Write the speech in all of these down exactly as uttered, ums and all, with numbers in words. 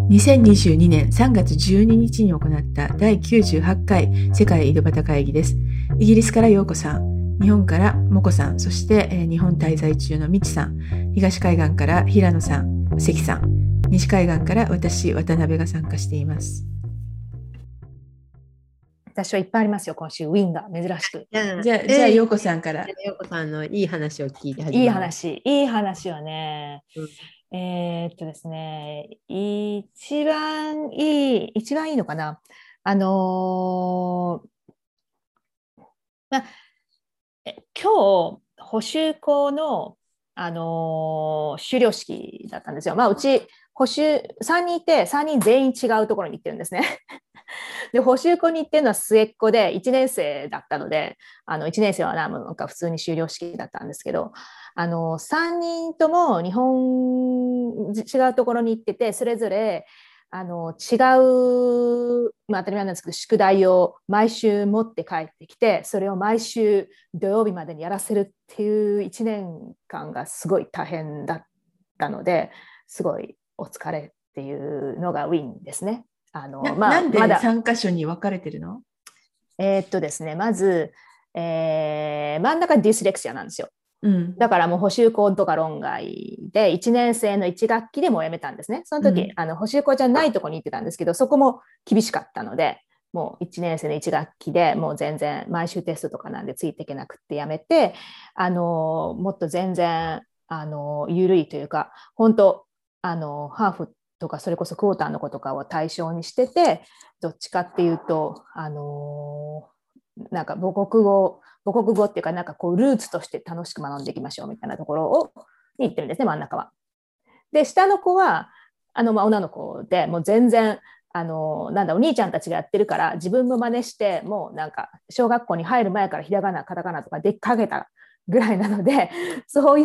にせんにじゅうにねんさんがつじゅうににちに行っただいきゅうじゅうはちかい世界井戸端会議です。イギリスから陽子さん、日本からもこさん、そして、えー、日本滞在中のみちさん、東海岸から平野さん、関さん、西海岸から私、渡辺が参加しています。 私はいっぱいありますよ、今週ウィンが珍しく。 じゃあ、じゃあ、じゃあ陽子さんから。 陽子さんのいい話を聞いて始めます。 いい話、いい話はね、 うん、 えー、っとですね、一番いい、一番いいのかな。あのー、まあ、今日、補修校の、あのー、修了式だったんですよ。まあ、うち、補修、さんにんいて、さんにん全員違うところに行ってるんですね。で、補修校に行ってるのは末っ子で、いちねん生だったので、あのいちねん生はなんか普通に修了式だったんですけど、あのさんにんとも日本違うところに行ってて、それぞれあの違う、まあ、当たり前なんですけど、宿題を毎週持って帰ってきて、それを毎週土曜日までにやらせるっていういちねんかんがすごい大変だったので、すごいお疲れっていうのがウィンですね。あのな,、 まあ、 なんでさんかしょに分かれてるの？ えー、っとですね、まず、えー、真ん中ディスレクシアなんですよ。 うん、 だからもう補習校とか論外でいちねん生のいち学期でもう辞めたんですね。その時、うん、あの補習校じゃないとこに行ってたんですけど、そこも厳しかったので、もういちねん生のいち学期でもう全然毎週テストとかなんでついていけなくって辞めて、あのもっと全然あの緩いというか、本当あのハーフとかそれこそクォーターの子とかを対象にしてて、どっちかっていうとあのなんか母国語母国語っていうか、なんかこうルーツとして楽しく学んでいきましょうみたいなところをに行ってるんですね、真ん中は。で、下の子はあの、まあ、女の子でもう全然あのなんだお兄ちゃんたちがやってるから自分も真似して、もうなんか小学校に入る前からひらがなカタカナとかでかけたぐらいなので、そういう、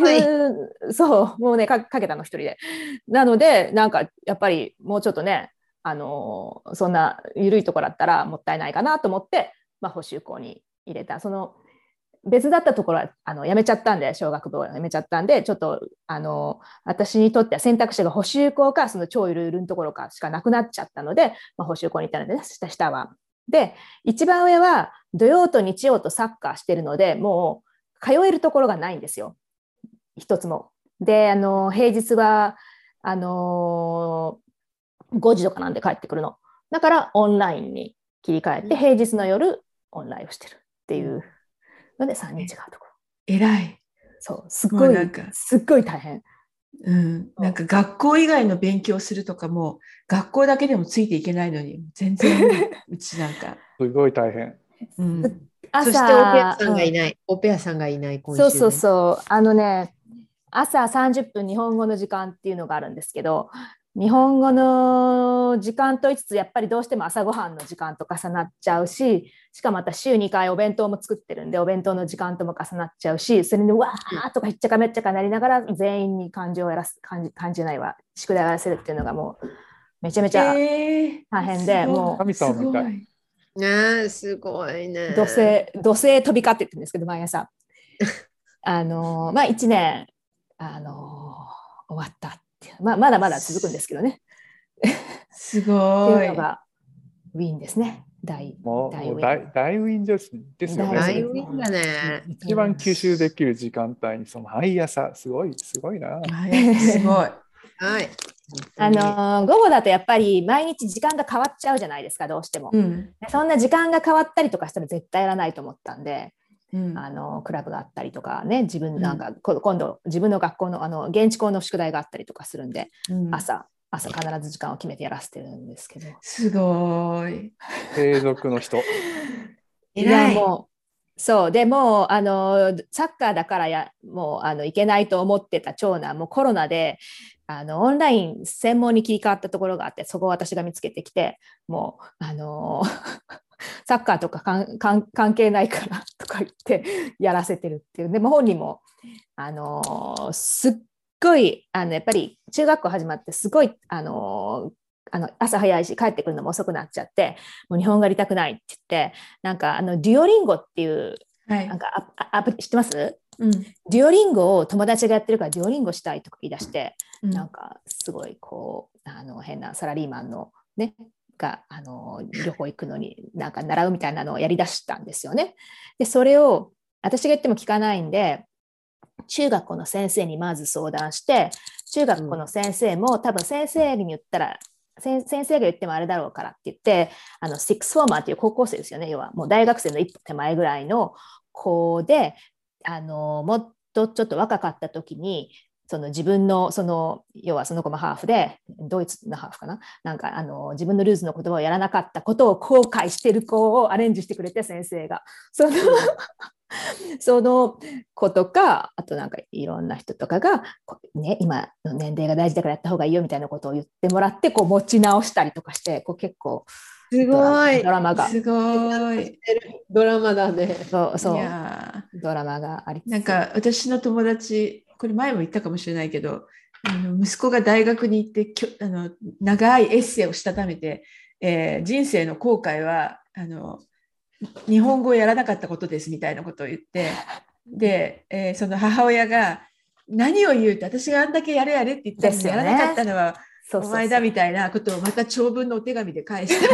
はい、そうもうねかけたの一人で、なのでなんかやっぱりもうちょっとね、あのそんな緩いところだったらもったいないかなと思って、まあ、補習校に入れた。その別だったところはあの辞めちゃったんで、小学部を辞めちゃったんで、ちょっとあの私にとっては選択肢が補習校かその超ゆるゆるのところかしかなくなっちゃったので、まあ、補習校に行ったので、ね、下下は。で、一番上は土曜と日曜とサッカーしてるので、もう通えるところがないんですよ、一つも。で、あの平日はあのごじとかなんで帰ってくるの。だからオンラインに切り替えて、平日の夜オンラインをしてるっていうのでさんにん違うところ。 えらい。 そう、すごい、すっごい大変。 うん、なんか学校以外の勉強するとかも学校だけでもついていけないのに全然うちなんかすごい大変。 うん、 そしてオペアさんがいない、うん、オペアさんがいない今週、ね、 そうそうそう、あのね、朝さんじゅっぷん日本語の時間っていうのがあるんですけど、日本語の時間といつつやっぱりどうしても朝ごはんの時間と重なっちゃうし、しかもまた週にかいお弁当も作ってるんで、お弁当の時間とも重なっちゃうし、それにわーとかひっちゃかめっちゃかなりながら全員に漢字をやらす、漢字、漢字ないわ、宿題をやらせるっていうのがもうめちゃめちゃ大変で、えー、もう神様みたい。 ね、すごいね。 土星、土星飛び交ってって言うんですけど、毎朝。あのまあいちねん、あの終わった。まあ、まだまだ続くんですけどね。 すごい。 っていうのがウィンですね。大もう大ウィン。大ウィンですですよね。 大ウィンだね。 一番吸収できる時間帯にその毎朝すごいすごいな。 すごい。はい。 あの午後だとやっぱり毎日時間が変わっちゃうじゃないですか、どうしても。うん、そんな時間が変わったりとかしたら絶対やらないと思ったんで。うん、あのクラブがあったりとかね、自分なんか、うん、今度自分の学校のあの現地校の宿題があったりとかするんで、うん、朝朝必ず時間を決めてやらせてるんですけど。 すごい。 継続の人。 いやもうそうでもうあのサッカーだからやもうあのいけないと思ってた長男もコロナであのオンライン専門に切り替わったところがあって、そこを私が見つけてきて、もうあのサッカーとか関係ないからとか言ってやらせてるっていう。でも本人もあのすっごいあのやっぱり中学校始まってすごいあのあの朝早いし帰ってくるのも遅くなっちゃって、もう日本語やりたくないって言って、なんかあのデュオリンゴっていう、はい、なんかアプリ知ってます？ うんデュオリンゴを友達がやってるからデュオリンゴしたいとか言い出して、 うんなんかすごいこうあの変なサラリーマンのねがあの旅行行くのになんか習うみたいなのをやりだしたんですよね。でそれを私が言っても聞かないんで、中学校の先生にまず相談して、中学校の先生も多分先生に言ったら先生が言ってもあれだろうからって言って、あのシックスフォーマーっていう高校生ですよね、要はもう大学生の一歩手前ぐらいの子で、あのもっとちょっと若かった時にその自分のその要はその子もハーフでドイツのハーフかな、なんかあの自分のルーズの言葉をやらなかったことを後悔してる子をアレンジしてくれて、先生がそのその子とか、あとなんかいろんな人とかが、ね、今の年齢が大事だからやった方がいいよみたいなことを言ってもらって、こう持ち直したりとかして、こう結構すドラごい。 ドラマがすごい。 ドラマだね。 そうそいうやドラマがありつつ、 なんか私の友達、これ前も言ったかもしれないけど、あの息子が大学に行ってきょあの長いエッセイをしたためて、えー人生の後悔はあの日本語をやらなかったことですみたいなことを言って、で、えーその母親が何を言うって、私があんだけやれやれって言ったのですよねにやらなかったのはそうそうそうお前だみたいなことをまた長文のお手紙で返した。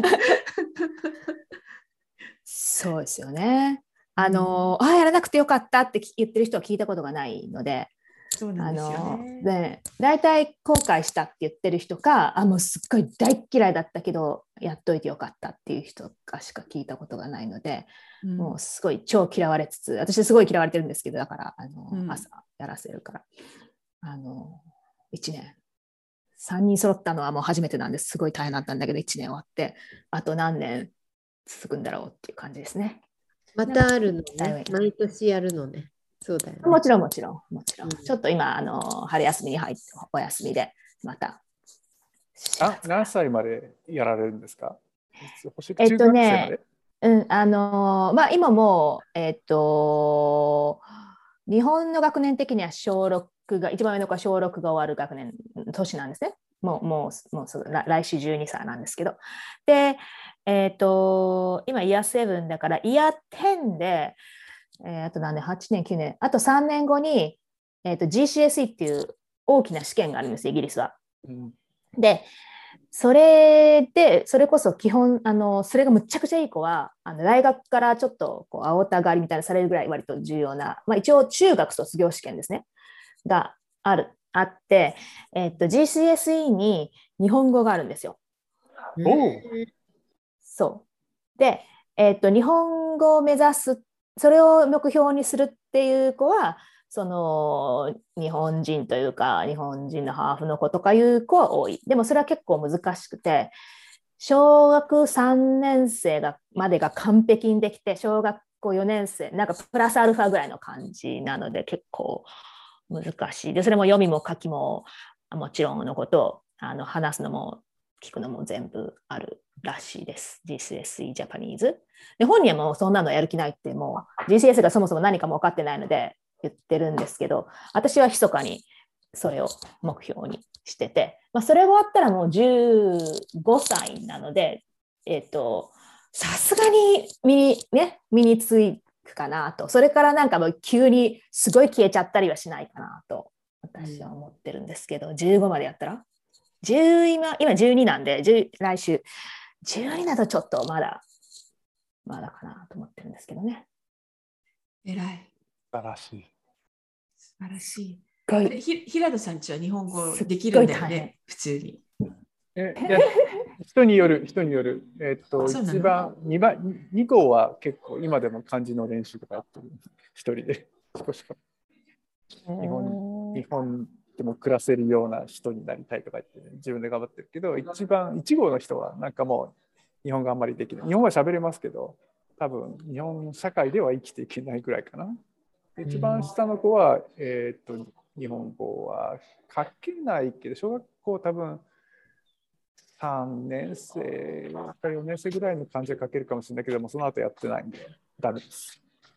そうですよね。あの、うん、あやらなくてよかったって言ってる人は聞いたことがないので、 そうなんですよね。 で大体後悔したって言ってる人か、あもうすっごい大嫌いだったけどやっといてよかったっていう人かしか聞いたことがないので、うん、もうすごい超嫌われつつ、私すごい嫌われてるんですけど、だからあの、うん、朝やらせるからあのいちねんさんにん揃ったのはもう初めてなんです。すごい大変だったんだけどいちねん終わってあと何年続くんだろうっていう感じですね。 またあるのね。毎年やるのね。そうだよね。 もちろんもちろんもちろん、うん、ちょっと今あの春休みに入ってお休みでまた。 あ、何歳までやられるんですか？ えっとね、うんあのまあ今もうえっと日本の学年的には小ろくが一番上の子は小ろくが終わる学年年なんですね。もうもうもうそう来週じゅうにさいなんですけど、でえっと今イヤーななだからイヤーじゅうで。えー、あと何年はちねんきゅうねんあとさんねんごに、えー、と ジーシーエスイー っていう大きな試験があるんですイギリスは、うん、でそれでそれこそ基本あのそれがむちゃくちゃいい子はあの大学からちょっとこう青たがりみたいなされるぐらい割と重要な、まあ、一応中学卒業試験ですねがあるあって、えー、と ジーシーエスイー に日本語があるんですよ。 おそうで、えー、と日本語を目指すそれを目標にするっていう子はその日本人というか日本人のハーフの子とかいう子は多い。でもそれは結構難しくて、小学さんねん生がまでが完璧にできて小学校よねん生なんかプラスアルファぐらいの感じなので結構難しい。でそれも読みも書きももちろんのことをあの話すのも聞くのも全部あるらしいです。ジーシーエスイー ジャパニーズ。で本人はもうそんなのやる気ないってもう ジーシーエス がそもそも何かも分かってないので言ってるんですけど、私は密かにそれを目標にしてて、まあ、それが終わったらもうじゅうごさいなので、えっと、さすがに身に、ね、身につくかなと。それからなんかもう急にすごい消えちゃったりはしないかなと私は思ってるんですけど、じゅうごまでやったらじゅう今、今じゅうになんでじゅう来週じゅうにだとちょっとまだまだかなと思ってるんですけどね。 偉い。 素晴らしい。 素晴らしい。あれひ平野さんちは日本語できるんだよね、普通に。 えいや人による人による。えっと一番にばに号は結構今でも漢字の練習とかやってる一人で少しか日本日本でも暮らせるような人になりたいとか言って、ね、自分で頑張ってるけど、一番いち号の人はなんかもう日本語あんまりできない。日本語は喋れますけど多分日本社会では生きていけないぐらいかな。一番下の子は、えー、っと日本語は書けないけど小学校多分さんねん生かよねん生ぐらいの漢字は書けるかもしれないけども、その後やってないんでダメです。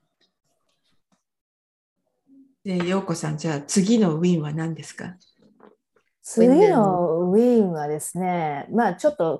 で、陽子さん、じゃあ次のウィンは何ですか？ 次のウィンはですね、まあちょっと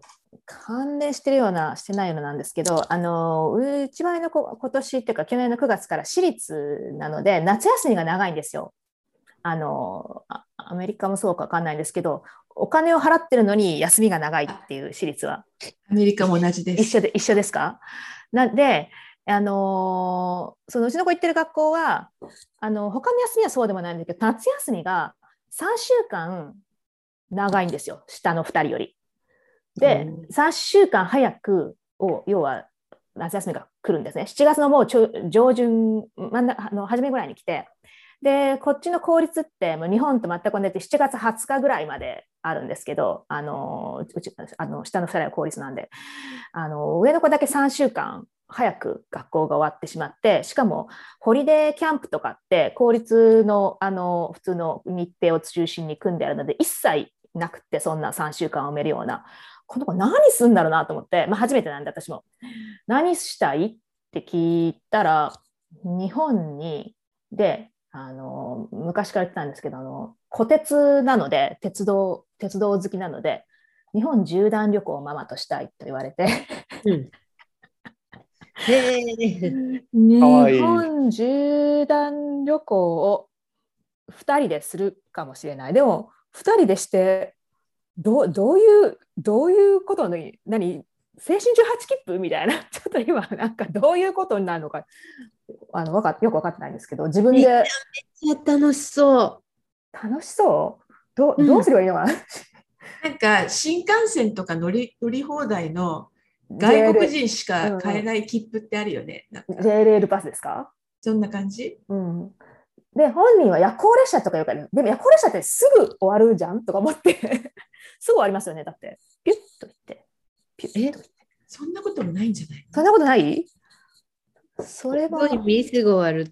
関連してるようなしてないようななんですけど、あのうちはの子今年っていうか去年のくがつから私立なので夏休みが長いんですよ。あのあアメリカもそうか分かんないんですけど、お金を払ってるのに休みが長いっていう私立は。 アメリカも同じです。 一緒で一緒ですか？なんで、あのそのうちの子行ってる学校はあの他の休みはそうでもないんだけど、夏休みがさんしゅうかん長いんですよ、下のふたりより。で、うん、さんしゅうかん早くを要は夏休みが来るんですね。しちがつのもう上旬真ん中の初めぐらいに来て、でこっちの公立ってもう日本と全く同じでしちがつはつかぐらいまであるんですけど、あのうちあの下のふたりは公立なんで、あの上の子だけさんしゅうかん早く学校が終わってしまって、しかもホリデーキャンプとかって公立 の, あの普通の日程を中心に組んであるので一切なくて、そんなさんしゅうかんを埋めるような、この子何するんだろうなと思って、まあ、初めてなんで私も何したいって聞いたら、日本にであの昔から言ってたんですけど、あの虎鉄なので鉄道鉄道好きなので日本縦断旅行をママとしたいと言われて、うん、へ日本縦断旅行をふたりでするかもしれない。でもふたりでしてどう、どういうどういうことの何青春じゅうはち切符みたいな、ちょっと今なんかどういうことになるのかあのわかよく分かってないんですけど、自分でめっちゃ楽しそう。 楽しそう。ど, どうすればいいのかな、うん、 なんか新幹線とか乗り乗り放題の外国人しか買えない切符ってあるよね。 ジェイエルエル パスですか？ そんな感じ、 うん、で本人は夜行列車とか言うから、でも夜行列車ってすぐ終わるじゃんとか思ってすぐ終わりますよね。だってピュッといってピュッといって、そんなこともないんじゃない？ そんなことない？それはすごいすぐ終わるって、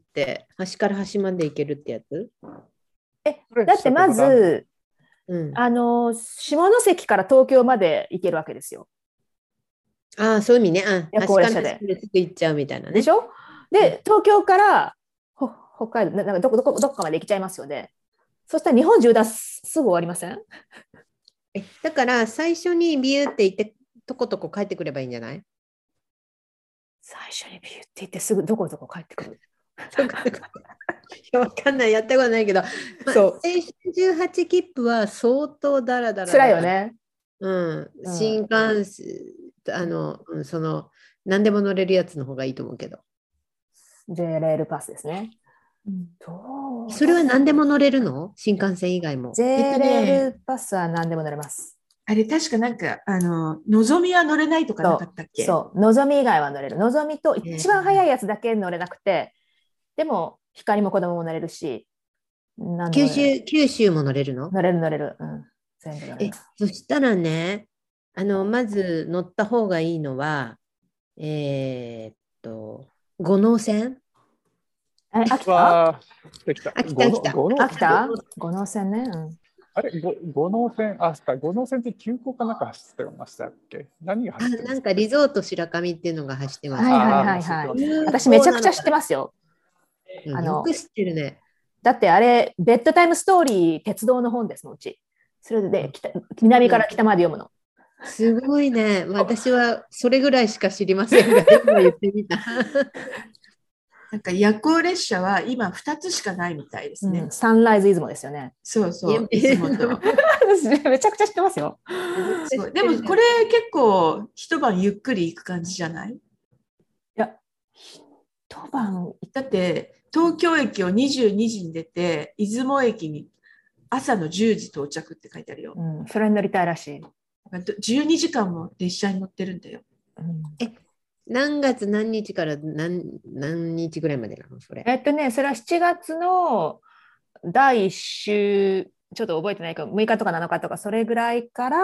端から端まで行けるってやつ？ えだってまず、うん、あの下関から東京まで行けるわけですよ。 ああ、そういう意味ね。あ、 夜行列車で。 すぐ行っちゃうみたいなね。 でしょ？で、東京から北海道、なんかどこどこどこかまで行けちゃいますよね。そしたら日本縦断すぐ終わりません？ えだから最初にビューって行ってとことこ帰ってくればいいんじゃない？ 最初にビューって言ってすぐどこどこ帰ってくる。 わかんない、やったことないけど、まあ、そう青春じゅうはち切符は相当だらだら辛いよね。 うん、新幹線、うん、あの、うん、その何でも乗れるやつの方がいいと思うけど。 ジェイエルエル パスですね。 うん、どうそれは何でも乗れるの？新幹線以外も。 ジェイエルエル パスは何でも乗れます。 あれ確かなんかあののぞみは乗れないとかなかったっけ？ そう、のぞみ以外は乗れる。のぞみと一番早いやつだけ乗れなくて、でも光も子供も乗れるし、 九州、九州も乗れるの？ 乗れる乗れる。うん、全部乗れる。 え、そしたらね、あのまず乗った方がいいのは、えー、っと五能線。 え、秋田？ 秋田秋田秋田秋田五能線ね。うん、 あれ、五能線、あ、五能線って急行かなんか走ってましたっけ？何が走ってますか？ なんかリゾート白神っていうのが走ってます。 はいはいはいはい。私めちゃくちゃ知ってますよ。 あのよく知ってるね。 だってあれ、ベッドタイムストーリー、鉄道の本ですもん、うち。それで北南から北まで読むの。 すごいね。私はそれぐらいしか知りませんが、今言ってみた。 なんか夜行列車は今ふたつしかないみたいですね。 うん、サンライズ出雲ですよね。 そうそう。出雲とめちゃくちゃ知ってますよ。 そうでもこれ結構一晩ゆっくり行く感じじゃない？いや、一晩だって東京駅をにじゅうにじに出て出雲駅に朝のじゅうじ到着って書いてあるよ。 うん、それに乗りたいらしい。 じゅうにじかんも列車に乗ってるんだよ。 うん、え何月何日から 何, 何日ぐらいまでなのそれ？ えっとね、それはしちがつのだいいっ週、ちょっと覚えてないけど、むいかとかなのかとか、それぐらいから、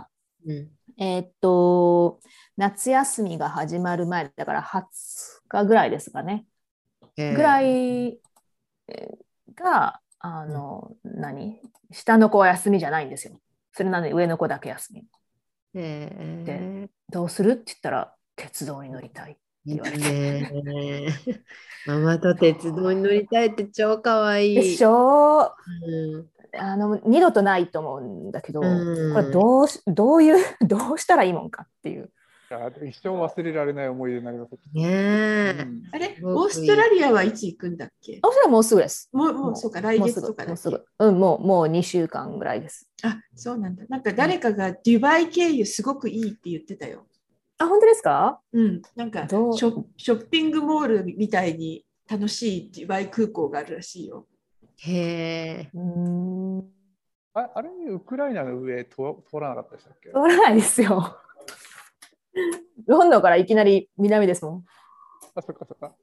うん、えっと、夏休みが始まる前、だからはつかぐらいですかね。ぐらいが、あの、うん、何下の子は休みじゃないんですよ。それなのに上の子だけ休み。 えー、で、どうするって言ったら、鉄道に乗りたいって言われて。 ね、ママと鉄道に乗りたいって超かわいい。 でしょ、うん、 あの二度とないと思うんだけど、 うんこれどうしどういうどうしたらいいもんかっていう。 いや一生忘れられない思い出になります。 ねえ。 うんあれ、 すごくいいオーストラリアはいつ行くんだっけ？ あ、それはもうすぐです。 もう、もうそうか、来月とかだっけ？ もうすぐ、もうすぐ。うん、もう、もうにしゅうかんぐらいです。 あ、そうなんだ。なんか誰かがデュバイ経由すごくいいって言ってたよ。 あ、本当ですか？ うん、なんかシどうョ、ショッピングモールみたいに楽しいデュバイ空港があるらしいよ。 へえ。 うーん。 ああれ、ウクライナの上通通らなかったでしたっけ？ 通らないですよ。ロンドンからいきなり南ですもん。 あ、そっかそっか。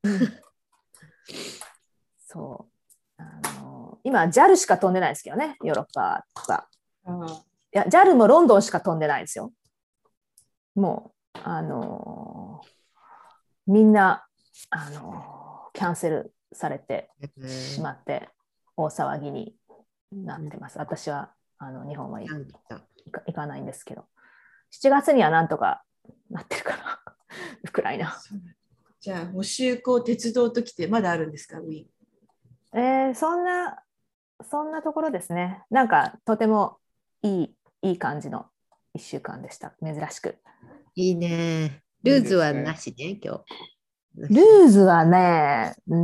そう。あの今、ジャル しか飛んでないですけどね、ヨーロッパとか。 あいや、ジャル もロンドンしか飛んでないですよ。もう、あのーみんな、あのーキャンセルされてしまって大騒ぎになってます。私はあの日本は行なんだか行かないんですけど、しちがつにはなんとかなってるかな、ウクライナ。 そうなんだ。じゃあ、補修校鉄道ときてまだあるんですか、ウィーン？ えーそんな、そんなところですね。なんかとてもいい、いい感じのいっしゅうかんでした。珍しく。 いいね。ルーズはなしね、今日。 ルーズはね、うん、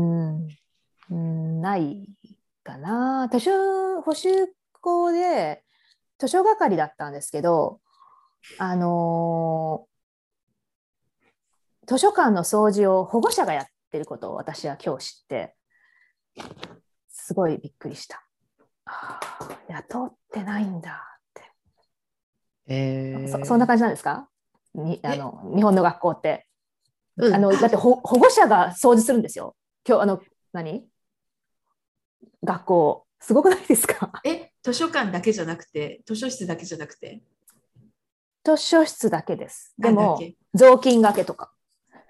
うんないかな。図書補習校で図書係だったんですけど、あのー図書館の掃除を保護者がやってることを私は今日知って、すごいびっくりした。あー雇ってないんだって。 えーそ, そんな感じなんですか？にあの日本の学校って。 うんあのだって保保護者が掃除するんですよ。今日あの何学校すごくないですか？ え、図書館だけじゃなくて、図書室だけじゃなくて。 図書室だけです。であもだけ雑巾がけとか。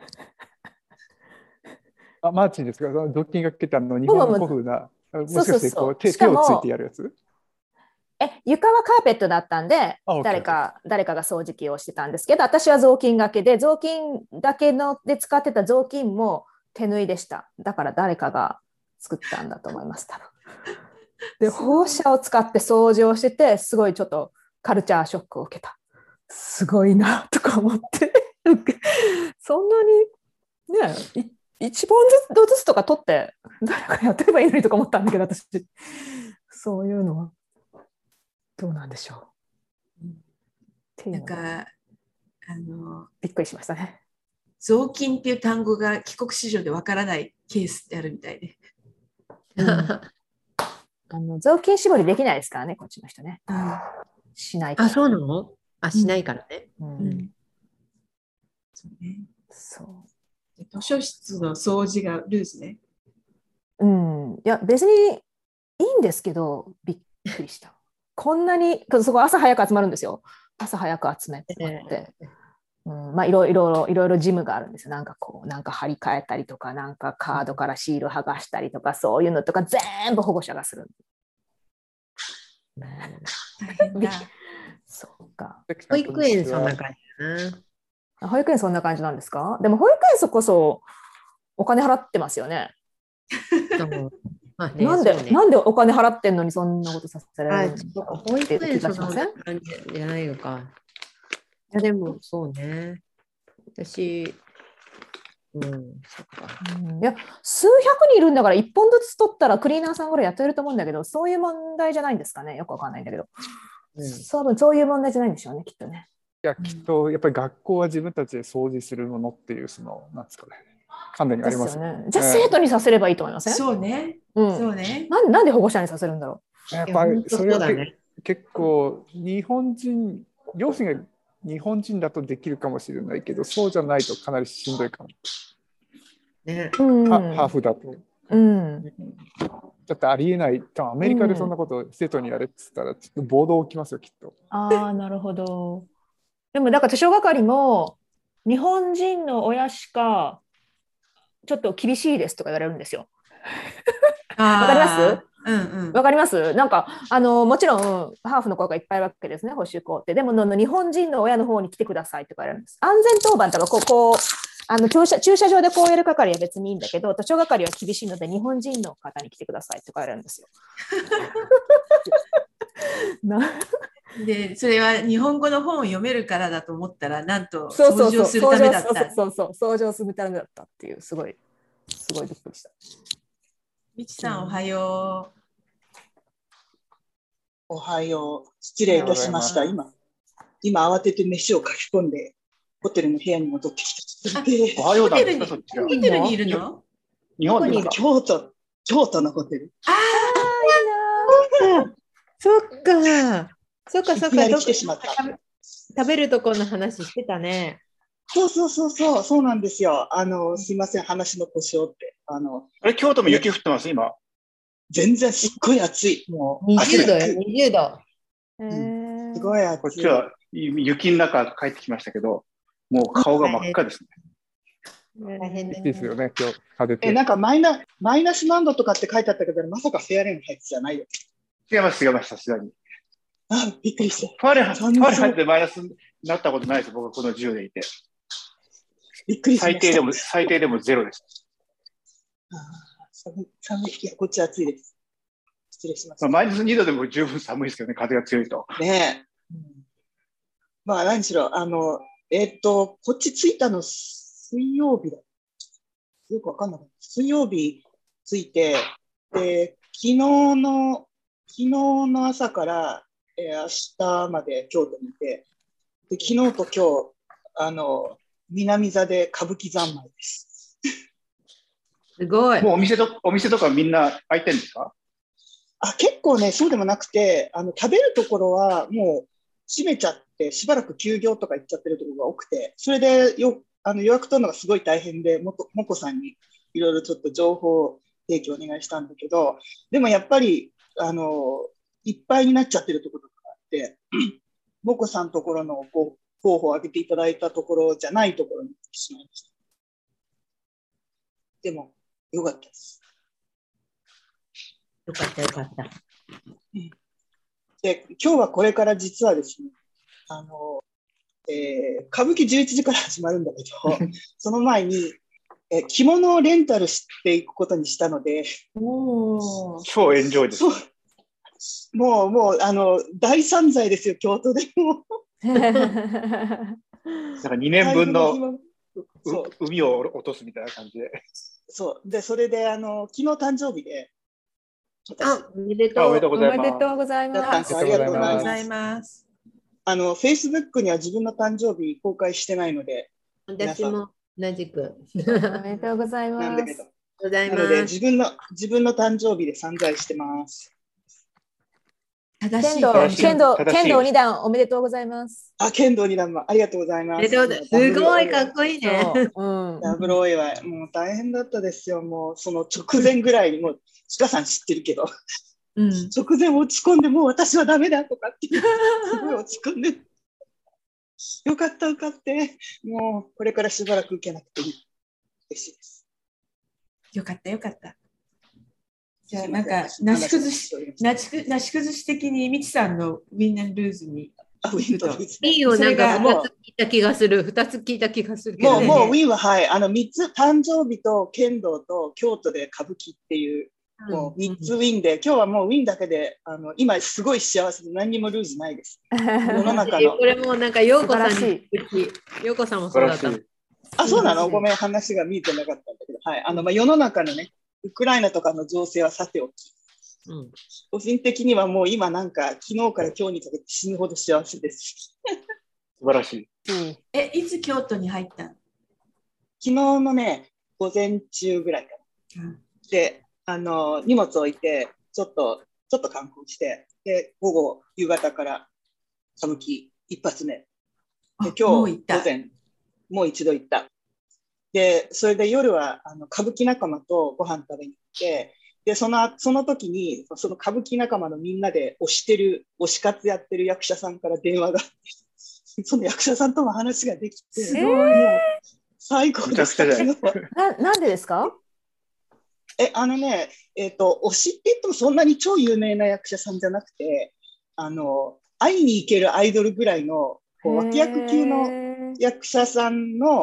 あ、マーチンですか？雑巾がけてあの日本の古風な、もしかしてこう手そうそうそうしかも手をついてやるやつ？ え床はカーペットだったんであ OK 誰か誰かが掃除機をしてたんですけど、私は雑巾がけで雑巾がけので使ってた雑巾も手縫いでした。だから誰かが作ったんだと思います多分。で放射を使って掃除をしてて、すごいちょっとカルチャーショックを受けた。すごいなとか思ってそんなにねい一本ずつとか取って誰かやってればいいのにとか思ったんだけど、私そういうのはどうなんでしょう。っていうなんのがか、あの、 びっくりしましたね。 雑巾っていう単語が帰国子女でわからないケースってあるみたいで。 うん、あの雑巾絞りできないですからね、こっちの人ね。しないから。 あ、そうなの？あ、しないからね。 うんうんそうね。 そう図書室の掃除がルーズね。 うん、いや別にいいんですけど、びっくりした。こんなにそこ朝早く集まるんですよ。朝早く集めて、えーうん、まあいろいろいろいろジムがあるんですよ。なんかこうなんか張り替えたりとか、なんかカードからシール剥がしたりとか、そういうのとか全部保護者がする。 大変だ。 そうか。 保育園そんな感じだな。 保育園そんな感じなんですか？でも保育園そこそお金払ってますよね。 そうまあね、 なんで、 そうねなんでお金払ってんのにそんなことさせらあれるのか保育園そんな気がしません？い感じじゃないのか。いや、でもそうね。私、うん、そっか。 や数百人いるんだからいっぽんずつ取ったらクリーナーさんぐらいやってると思うんだけど、そういう問題じゃないんですかね。よくわかんないんだけど、 うん、 多分そういう問題じゃないんでしょうね、きっとね。 いや、きっとやっぱり学校は自分たちで掃除するものっていうそのなんですかね、観念がありますですよね。じゃあ生徒にさせればいいと思いません？ そうね。 うん、 そうね。 なんなんで保護者にさせるんだろやっぱりそれはけ、 ね、 結構日本人、両親が日本人だとできるかもしれないけど、そうじゃないとかなりしんどいかも。 ね、 う。うん、 ハハーフだと。 うん、 だってありえない。多分アメリカでそんなことを生徒にやれって言ったら、ちょっと暴動起きますよ、きっと。 ああ、なるほど。でもだから図書係も日本人の親しかちょっと厳しいですとか言われるんですよ。わかります？ うんうん。 わかります？なんかあのもちろんハーフの子がいっぱいいるわけですね、補習校って。でものの日本人の親の方に来てくださいとか言われるんです。安全当番とかここあの駐車駐車場でこうやる係は別にいいんだけど、図書係は厳しいので日本人の方に来てくださいって書いてあるんですよ。なで、それは日本語の本を読めるからだと思ったら、なんとそうそうそう掃除をするためだった。 そうそうそうそう、掃除をするためだったっていう、すごい、すごいびっくりした。 みちさん、おはよう。 おはよう。失礼いたしました。今、今慌てて飯を書き込んで、ホテルの部屋に戻ってきた。 おはようなんですか、そっちは。 ホテルにいるの？ 日本に京都、京都のホテル。 ああ、そっか。そっかそっか。 来てしまった。 食べるところの話してたね。 そうそうそうそう、そうなんですよ。あの、すいません、話の腰をって。あの、 あれ、京都も雪降ってます、今。 全然すっごい暑い。もう。 にじゅうどよ、にじゅうど。 うん、すごい暑い。 こっちは雪の中帰ってきましたけど、もう顔が真っ赤ですね。大変です。ですよね、今日風え、なんかマイナ、マイナス何度とかって書いてあったけど、まさかフェアレンハイツじゃないよ。 違います、違います、さすがに。 あ、びっくりした。 ファーレンハイト、ファーレンハイトでマイナスになったことないです、僕はこのじゅうでいて。 びっくりしました。 最低でも、最低でもゼロです。 あ寒い、寒い。いや、こっち暑いです。失礼します。 まあ、マイナスにどでも十分寒いですけどね、風が強いと。 ねえ。うん、まあ、何しろ、あの、えー、っと、こっち着いたの水曜日だ。よくわかんなかった。水曜日着いて、で、昨日の、昨日の朝から、えー、明日まで京都にいて、で、昨日と今日、あの、南座で歌舞伎三昧です。 すごい。 もうお店と、お店とかみんな開いてるんですか？ あ、結構ね、そうでもなくて、あの、食べるところはもう閉めちゃって、しばらく休業とか行っちゃってるところが多くて、それでよ、あの予約取るのがすごい大変で、もこ、もこさんにいろいろちょっと情報提供お願いしたんだけど、でもやっぱり、あの、いっぱいになっちゃってるところがあって、もこさんのところのこう候補を挙げていただいたところじゃないところに行ってしまいました。でも、よかったです。 よかったよかった。 で、今日はこれから実はですね、あの、えー、歌舞伎じゅういちじから始まるんだけど、その前に、えー、着物をレンタルしていくことにしたので、 お超エンジョイです。 もう、もう、あの、大散財ですよ、京都でも。 なんかにねんぶんの海を落とすみたいな感じで。 そう。で、それで、あの、昨日誕生日で、 あ、おめでとう。 おめでとうございます。 おめでとうございます。 ありがとうございます。 あの、Facebook には自分の誕生日公開してないので、 私も同じく。 おめでとうございます。 なんだけど。 ございます。 なので、自分の、自分の誕生日で散財してます。 正しい。 剣道、剣道、剣道に段おめでとうございます。 あ、剣道に段もありがとうございます。 すごいかっこいいね。 うん、ダブルお祝い。もう大変だったですよ。もうその直前ぐらいに、もう、ちかさん知ってるけど、うん、直前落ち込んで、もう私はダメだとかって、すごい落ち込んで、よかった受かって、もうこれからしばらく受けなくていい。嬉しいです。 よかったよかった。じゃあなんかなし崩しなしなし崩し的にみちさんのウィン・アンド・ルーズにいいよ、なんかふたつ聞いた気がする。ふたつ聞いた気がするけど、 ね、もうもうウィンははいあのみっつ、誕生日と剣道と京都で歌舞伎っていう、うん、もうみっつウィンで、今日はもうウィンだけであの今すごい幸せで何にもルーズないです。世の中のこれもなんか陽子さんに陽子さんもそうだった。 あ、そうなの。ごめん、話が見えてなかったんだけど、はい、あのまあ世の中のね。ウクライナとかの情勢はさておき、うん、個人的にはもう今なんか昨日から今日にかけて死ぬほど幸せです。 素晴らしい。 うん、え、いつ京都に入ったの？昨日のね、午前中ぐらいかな。うん、で、あの、荷物置いて、ちょっと、ちょっと観光して、で、午後、夕方から歌舞伎一発目。で、今日、午前、もう一度行った。で、それで夜はあの歌舞伎仲間とご飯食べに行って、で、その、その時に、その歌舞伎仲間のみんなで推してる、推し活やってる役者さんから電話があって、その役者さんとも話ができて、すごい、もう最高でした。 な、なんでですか？ え、あのね、えっと、推しって言ってもそんなに超有名な役者さんじゃなくて、あの、会いに行けるアイドルぐらいの、こう脇役級の役者さんの、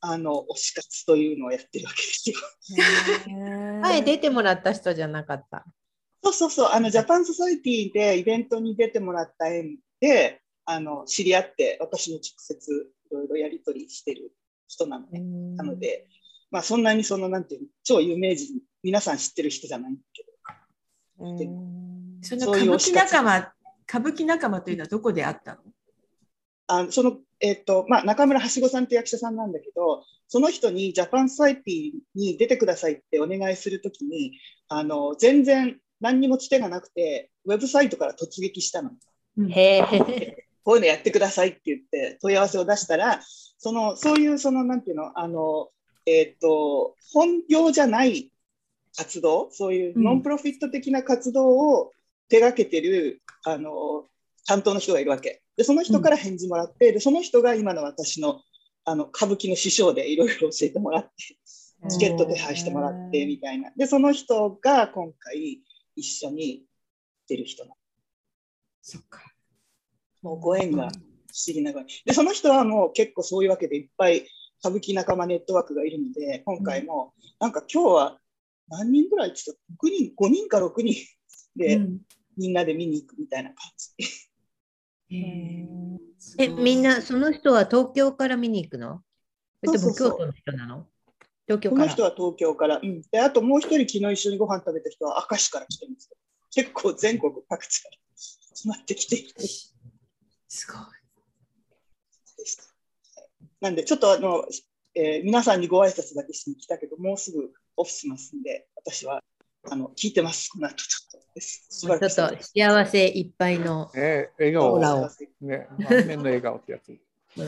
あの推し活というのをやってるわけですよ。 前出てもらった人じゃなかった。 そうそうそう、あのジャパンソサイティでイベントに出てもらった縁であの知り合って、私も直接いろいろやり取りしてる人なので、なので、まあ、そんなにそのなんていうの超有名人皆さん知ってる人じゃないけど、でその歌舞伎仲間歌舞伎仲間というのはどこであったの？ あそのえーとまあ、中村はしごさんって役者さんなんだけど、その人にジャパンソサイティに出てくださいってお願いするときにあの全然何にもつてがなくてウェブサイトから突撃したの。 へーこういうのやってくださいって言って問い合わせを出したら、そのそういうそのなんていうのあの、えーと本業じゃない活動、そういうノンプロフィット的な活動を手がけてる、うん、あの担当の人がいるわけで、その人から返事もらって、うん、でその人が今の私の、あの歌舞伎の師匠でいろいろ教えてもらってチケット手配してもらってみたいな、でその人が今回一緒に出る人なの。 そっか、 もうご縁が不思議なぐらいで、その人はもう結構そういうわけでいっぱい歌舞伎仲間ネットワークがいるので、今回もなんか今日は何人ぐらいって言ったらろくにんごにんかろくにんで、うん、みんなで見に行くみたいな感じ。 へえ、みんなその人は東京から見に行くの？それとも京都の人なの？東京から。 この人は東京から、うん、であともう一人昨日一緒にご飯食べた人は明石から来てるんですけど、結構全国各地から集まってきていて、 すごいでした。なんでちょっとあの、えー、皆さんにご挨拶だけしに来たけど、もうすぐオフしますんで、私はあの聞いてます。この後ちょっとです。 ちょっと幸せいっぱいの、 えー、笑顔を、ね、満面の笑顔ってやつ。うん、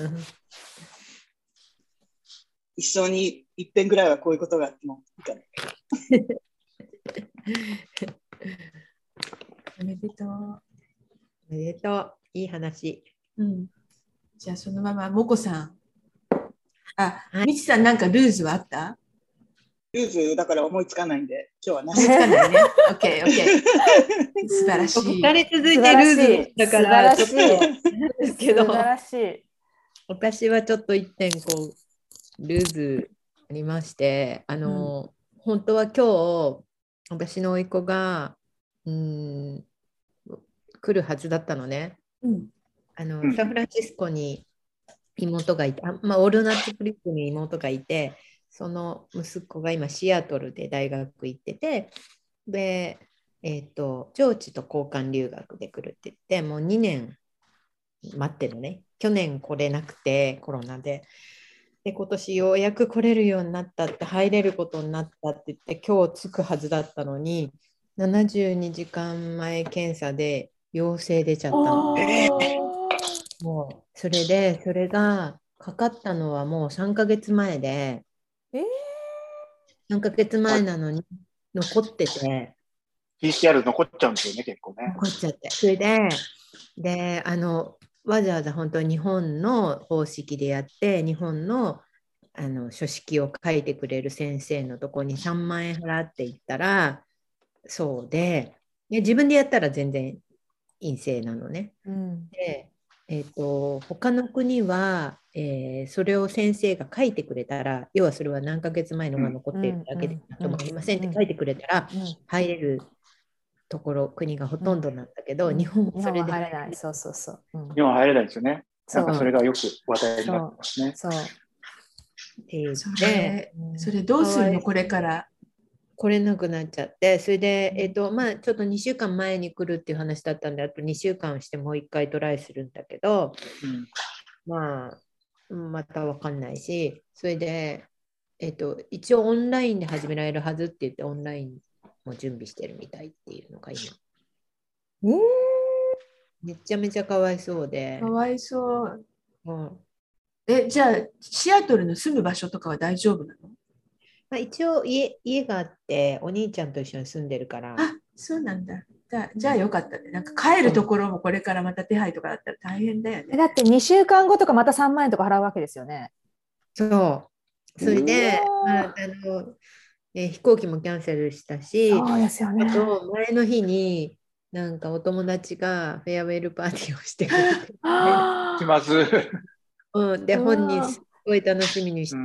一生に一遍ぐらいはこういうことがあってもいいかな。 おめでとう。 おめでとう。いい話。 うん。じゃあそのままもこさん。あ、はい、みちさんなんかルーズはあった？ ルーズだから思いつかないんで、今日は思いつかないね。オッケーオッケー。素晴らしい。 ふたり続いてルーズだから素晴らしい。ですけど。素晴らしい。 私はちょっと一点こうルーズありまして、あの、うん、本当は今日私の甥っ子がうん来るはずだったのね。うん、あのサンフランシスコに妹がいて、あ、まあ、オールナッツクリップに妹がいて、その息子が今シアトルで大学行ってて、で、えーと、上智と交換留学で来るって言って、もうにねん待ってるね。去年来れなくてコロナで。で、今年ようやく来れるようになったって、入れることになったって言って、今日着くはずだったのに、ななじゅうにじかんまえ検査で陽性出ちゃったの。もうそれで、それがかかったのはもうさんかげつまえで、 えー、 さんかげつまえなのに残ってて。 ピーシーアール 残っちゃうんですよね、結構ね。 残っちゃって。それで、で、あの、わざわざ本当に日本の方式でやって、日本の、あの書式を書いてくれる先生のとこにさんまんえん払っていったら、そうで、で自分でやったら全然陰性なのね。うん、で、えーと、他の国は、えー、それを先生が書いてくれたら、要はそれは何ヶ月前のが残っているだけでともありませんって書いてくれたら、入れるところ、国がほとんどなんだけど、うん、日本はそれで入れない。そうそうそう。 うん、日本は入れないですよね。なんかそれがよく話題になってますね。 そう。そうでそれ、それどうするのこれから。 来れなくなっちゃって、それで、えっと、まあ、ちょっとにしゅうかんまえに来るっていう話だったんで、あとにしゅうかんしてもういっかいトライするんだけど、うん、まあ、またわかんないし、それで、えっと、一応オンラインで始められるはずって言って、オンラインも準備してるみたいっていうのが今。えー、めちゃめちゃかわいそうで。 かわいそう。うん、え、じゃあ、シアトルの住む場所とかは大丈夫なの？ まあ、一応家、家があって、お兄ちゃんと一緒に住んでるから。 あ、そうなんだ。じゃあ、じゃあよかったね。なんか帰るところもこれからまた手配とかだったら大変だよね。 だってにしゅうかんごとかまたさんまんえんとか払うわけですよね。 そう。それで、まあ、あの、えー、飛行機もキャンセルしたし、 そうですよね。 あと前の日になんかお友達がフェアウェルパーティーをしてくれて、 気まずい。 うん、で本人ごい楽しみにして、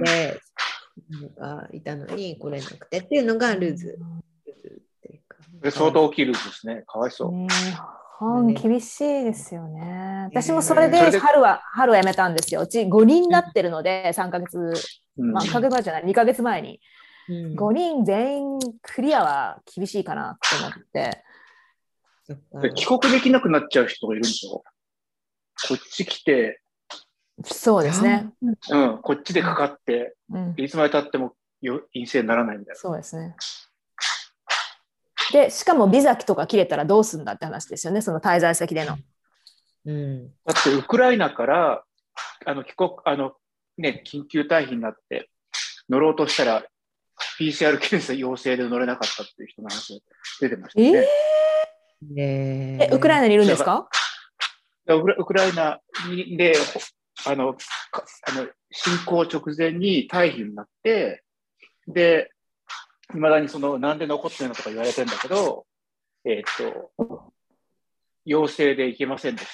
なんかいたのに来れなくてっていうのがルーズ。ルーズっていうか相当大きいルーズですね。かわいそう。 ね、本厳しいですよね。私もそえーれでそれで春は、春を辞めたんですよ。うちごにんになってるので、さんかげつ、 うんまあ、いっかげつまえじゃない、にかげつまえに。 うんごにん全員クリアは厳しいかなと思って。 そっかで帰国できなくなっちゃう人がいるんですよ。こっち来て、 そうですね。 うん、こっちでかかって、 うん、 いつまで経ってもよ陰性にならないみたいな。 そうですね。で、しかもビザとか切れたらどうするんだって話ですよね、その滞在先での。 うんだってウクライナからあの帰国あの、ね、緊急退避になって乗ろうとしたら ピーシーアール 検査陽性で乗れなかったっていう人の話が出てましたえね。 ねー、え、ウクライナにいるんですか？ ウクラウクライナにであのかあの侵攻直前に退避になってでいまだにそのなんで残ってるのとか言われてるんだけど、えー、っと陽性で行けませんでした。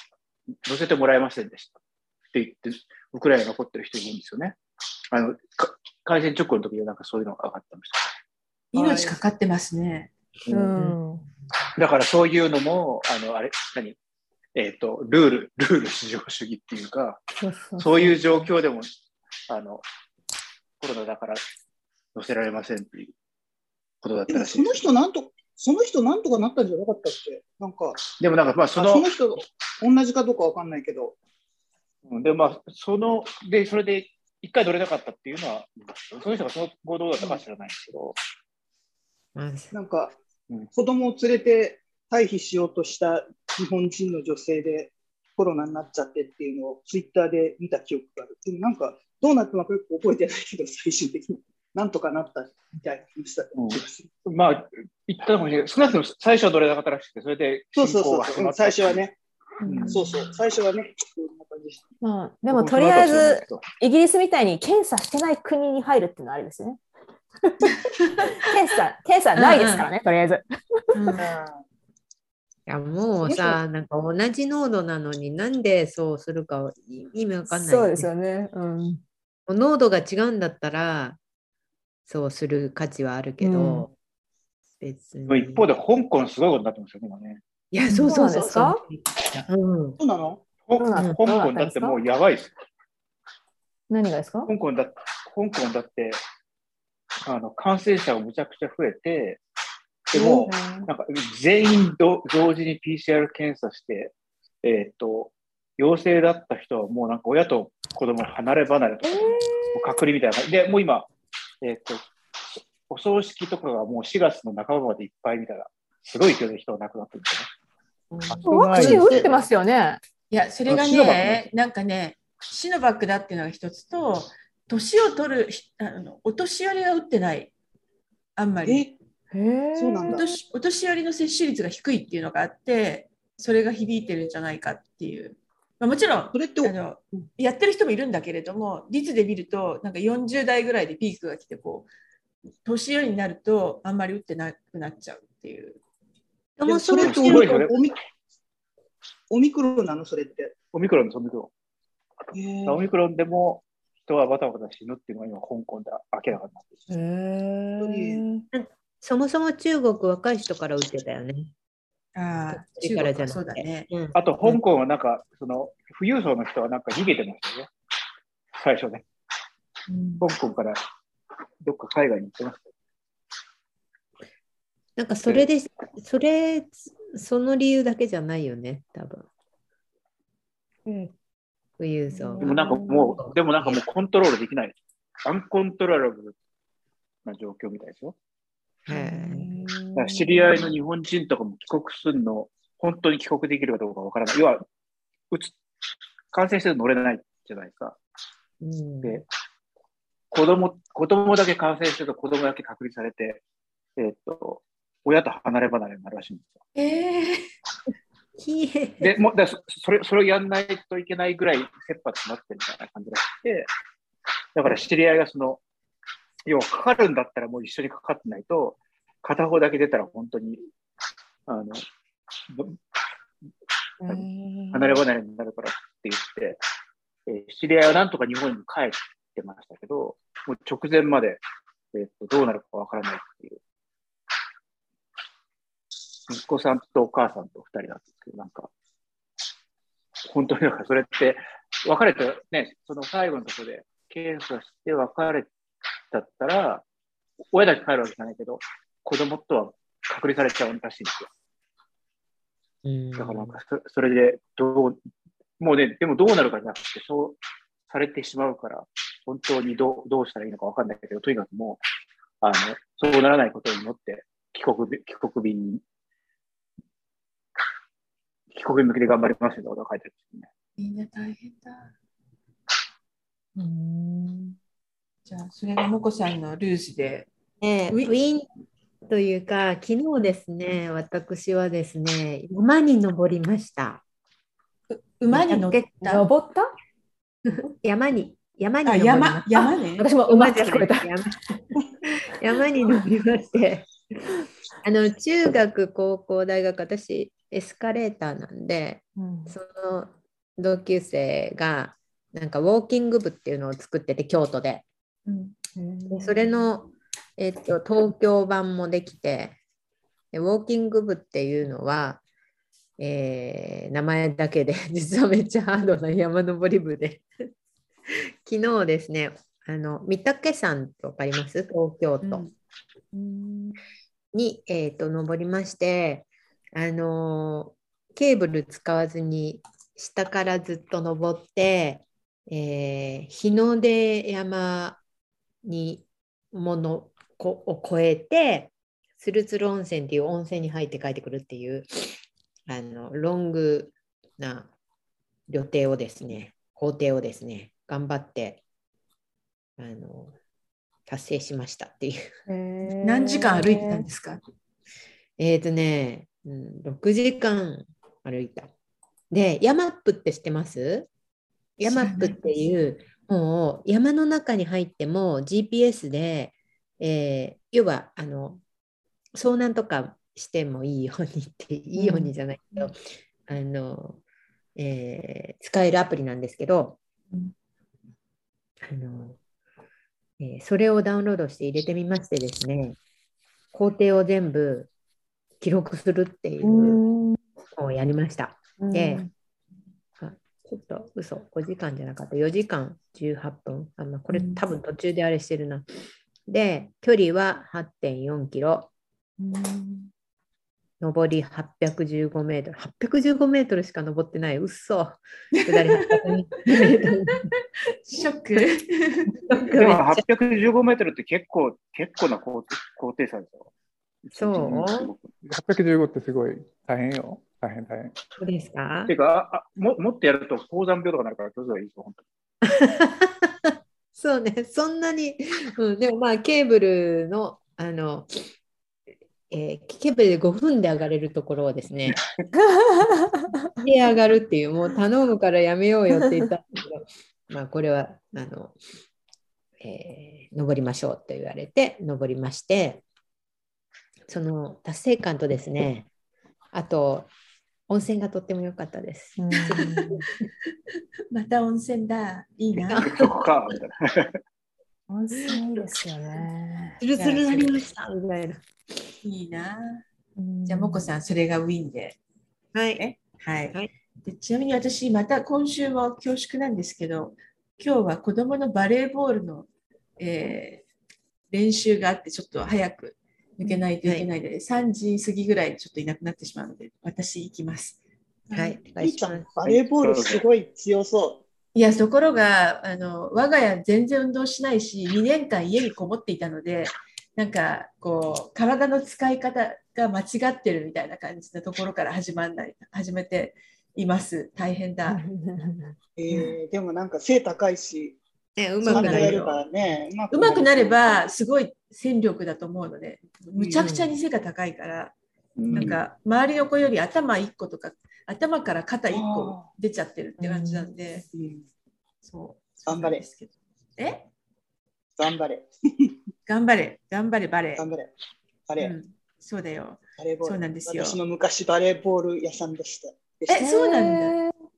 乗せてもらえませんでしたって言ってウクライナに残ってる人いるんですよね。あのか開戦直後の時になんかそういうのが上がってました。 命かかってますね。 ううんん。 だからそういうのもあのあれ何えっ、とルールルール至上主義っていうかそうそうそうそういう状況でもあのコロナだから乗せられませんっていうことだったでもそのらしいです。 人なんと、その人なんとかなったんじゃなかったっけ？なんか、 でもなんかまあそあのその人、同じかどうかわかんないけど、 うんでまあそのでそれで一回乗れなかったっていうのはその人がその行動だったかは知らないんですけど、 まあなんかうん子供を連れて退避しようとした日本人の女性でコロナになっちゃってっていうのをツイッターで見た記憶がある。でもなんかどうなったのかよく覚えてないけど、最終的になんとかなったみたいな話だった気がする。 まあ言ったかもしれない少なくとも最初は乗れなかったらしくてそれでそうそうそうそう、 進行が始まった最初はね、 うんそうそう、最初はね、そんな感じでした。 まあ、でもとりあえずイギリスみたいに検査してない国に入るっていうのはあれですよね。検査、検査ないですからね、とりあえず。 うんいやもうさ、なんか同じ濃度なのになんでそうするか意味わかんない、 そうですよね。うん。 濃度が違うんだったらそうする価値はあるけど、別に。 一方で香港すごいことになってますよね今ね。 いや、そうそうそうそうなんうん。 そうなの？ ほどうな香港だってもうやばいですよ。 何がですか？ 香港だ香港だってあの感染者がむちゃくちゃ増えて、でもなんか全員ど同時に ピーシーアール 検査して、えっと陽性だった人はもうなんか親と子供離れ離れとか、もう隔離みたいな感じで、もう今えっとお葬式とかがもうしがつの半ばまでいっぱいみたいな、すごい勢いで人が亡くなってるんですよね。 ワクチン打ってますよね。 いや、それがシノバックね、なんかね、シノバックだっていうのが一つと、年を取るひあのお年寄りが打ってない、あんまり。 え、 へそうなんだ。 お年お年寄りの接種率が低いっていうのがあって、それが響いてるんじゃないかっていう。まあ、もちろんそれってあのやってる人もいるんだけれども、率で見るとなんかよんじゅう代ぐらいでピークが来てこう年寄りになるとあんまり打ってなくなっちゃうっていう。 でもそれってすごいですよねオミオミクロンなのそれって。 オミクロンです、オミクロへン。オミクロンでも人はバタバタ死ぬっていうのが今、香港で明らかになってる。 へー。 そもそも中国若い人から打ってたよね。 ああ、 それからじゃなくてそうだね。 うんあと、香港はなんか、その富裕層の人はなんか逃げてましたよね。最初ね。香港からどっか海外に行ってましたよ。 なんかそれで、それ、その理由だけじゃないよね、多分。 うん富裕層でもなんかもう、でもなんかもうコントロールできない。アンコントローラブルな状況みたいですよ。 へーだから知り合いの日本人とかも帰国するの、本当に帰国できるかどうかわからない。要は、うつ感染して乗れないじゃないですか。 うんで、子供、子供だけ感染してると子供だけ隔離されて、えーっと、親と離れ離れになるらしいんですよ。 えーひえで、もうだそそれ、それをやんないといけないぐらい切羽詰まってるみたいな感じらしくて、だから知り合いがその、要はかかるんだったらもう一緒にかかってないと、片方だけ出たら本当に、あの、離れ離れになるからって言って、えー知り合いはなんとか日本に帰ってけど、もう直前まで、えっと、どうなるかわからないっていう。息子さんとお母さんと二人なんですけど、なんか、本当になんかそれって、別れてね、その最後のところで検査して別れだったら、親だけ帰るわけじゃないけど、子供とは隔離されちゃうらしいんですよ。だからなんかそ、それで、どう、もうね、でもどうなるかじゃなくて、そうされてしまうから、本当にどう、どうしたらいいのかわかんないけど、とにかくもう、あの、そうならないことによって、帰国、帰国便に、帰国便向けで頑張りますよってことが書いてあるんですよね。 みんな大変だ。うーん。じゃあ、それがもこさんのルーズで。 ね、 ウィウィンというか、昨日ですね、私はですね、山に登りました。 馬に乗っめちゃくちた。 登った山に、山にあ、 登りま山、 した。 山ね。 私も馬って聞こえた。 山、山に登りまして、あの中学、高校、大学、私、エスカレーターなんで、 うん、 その同級生が、なんかウォーキング部っていうのを作ってて、京都で。 うんでそれの、えっと、東京版もできて、でウォーキング部っていうのは、えー名前だけで実はめっちゃハードな山登り部で昨日ですね、あの御嶽山ってわかります？東京都うんに、えーと登りまして、あのケーブル使わずに下からずっと登って、えー日の出山にものこを越えて、つるつる温泉っていう温泉に入って帰ってくるっていうあのロングな旅程をですね、工程をですね、頑張ってあの達成しましたっていう。 何時間歩いてたんですか？ えっとね、うん、ろくじかん歩いた。で、ヤマップって知ってます？ヤマップっていう、もう山の中に入っても ジーピーエス で、えー要はあの遭難とかしてもいいようにっていいようにじゃないけど、うん、あの、えー使えるアプリなんですけど、うん、あのえーそれをダウンロードして入れてみましてですね、工程を全部記録するっていうのをやりました。で、あちょっと嘘、ごじかんじゃなかった、よじかんじゅうはっぷん。あのこれ多分途中であれしてるな。で、距離は はちてんよんキロ。上りはっぴゃくじゅうごメートル。はっぴゃくじゅうごメートルしか登ってない。うっそ。下りはっぴゃくにじゅうメートル。 ショック。 でもはっぴゃくじゅうごメートルって結構、結構な高高低差ですよ。 そう。 はっぴゃくじゅうごってすごい大変よ。大変大変。 そうですか？ ていうかあも、もっとやると高山病とかなるから、どうぞいいですよ、本当に。 そうね、そんなに、うん、でもまあケーブルの、あの、えー、ケーブルでごふんで上がれるところをですね、で上がるっていう、もう頼むからやめようよって言ったんですけど、まあこれは、あの、えー登りましょうと言われて、登りまして、その達成感とですね、あと、温泉がとっても良かったです。 また温泉だ。いいな。 そこか、みたいな。 温泉いいですよね。 つるつるなりましたみたいな。 いいな。じゃあ、もこさん、それがウィンで。 はい。 はい。 はい、 でちなみに私、また今週も恐縮なんですけど、今日は子どものバレーボールの、えー、練習があって、ちょっと早く抜けないといけないので、はい、さんじ過ぎぐらいちょっといなくなってしまうので、私行きます。 はい。 いいちゃん、バレーボールすごい強そう。 いや、ところが、あの、我が家全然運動しないし、にねんかん家にこもっていたので、なんか、こう、体の使い方が間違ってるみたいな感じのところから始まんない、始めています。大変だ。 えー、でもなんか背高いし、 ね、うまくなればね、 うまくなれば、すごい戦力だと思うので、むちゃくちゃに背が高いから、うん、なんか、周りの子より頭いっことか、頭から肩いっこ出ちゃってるって感じなんで、うん、そう。 頑張れ。 え頑張れ。 頑張れ。頑張れ、バレー。 頑張れ。バレー。 うん、そうだよ。 バレーボール。 そうなんですよ。 私も昔バレーボール屋さんでした。 え、そうなんだ。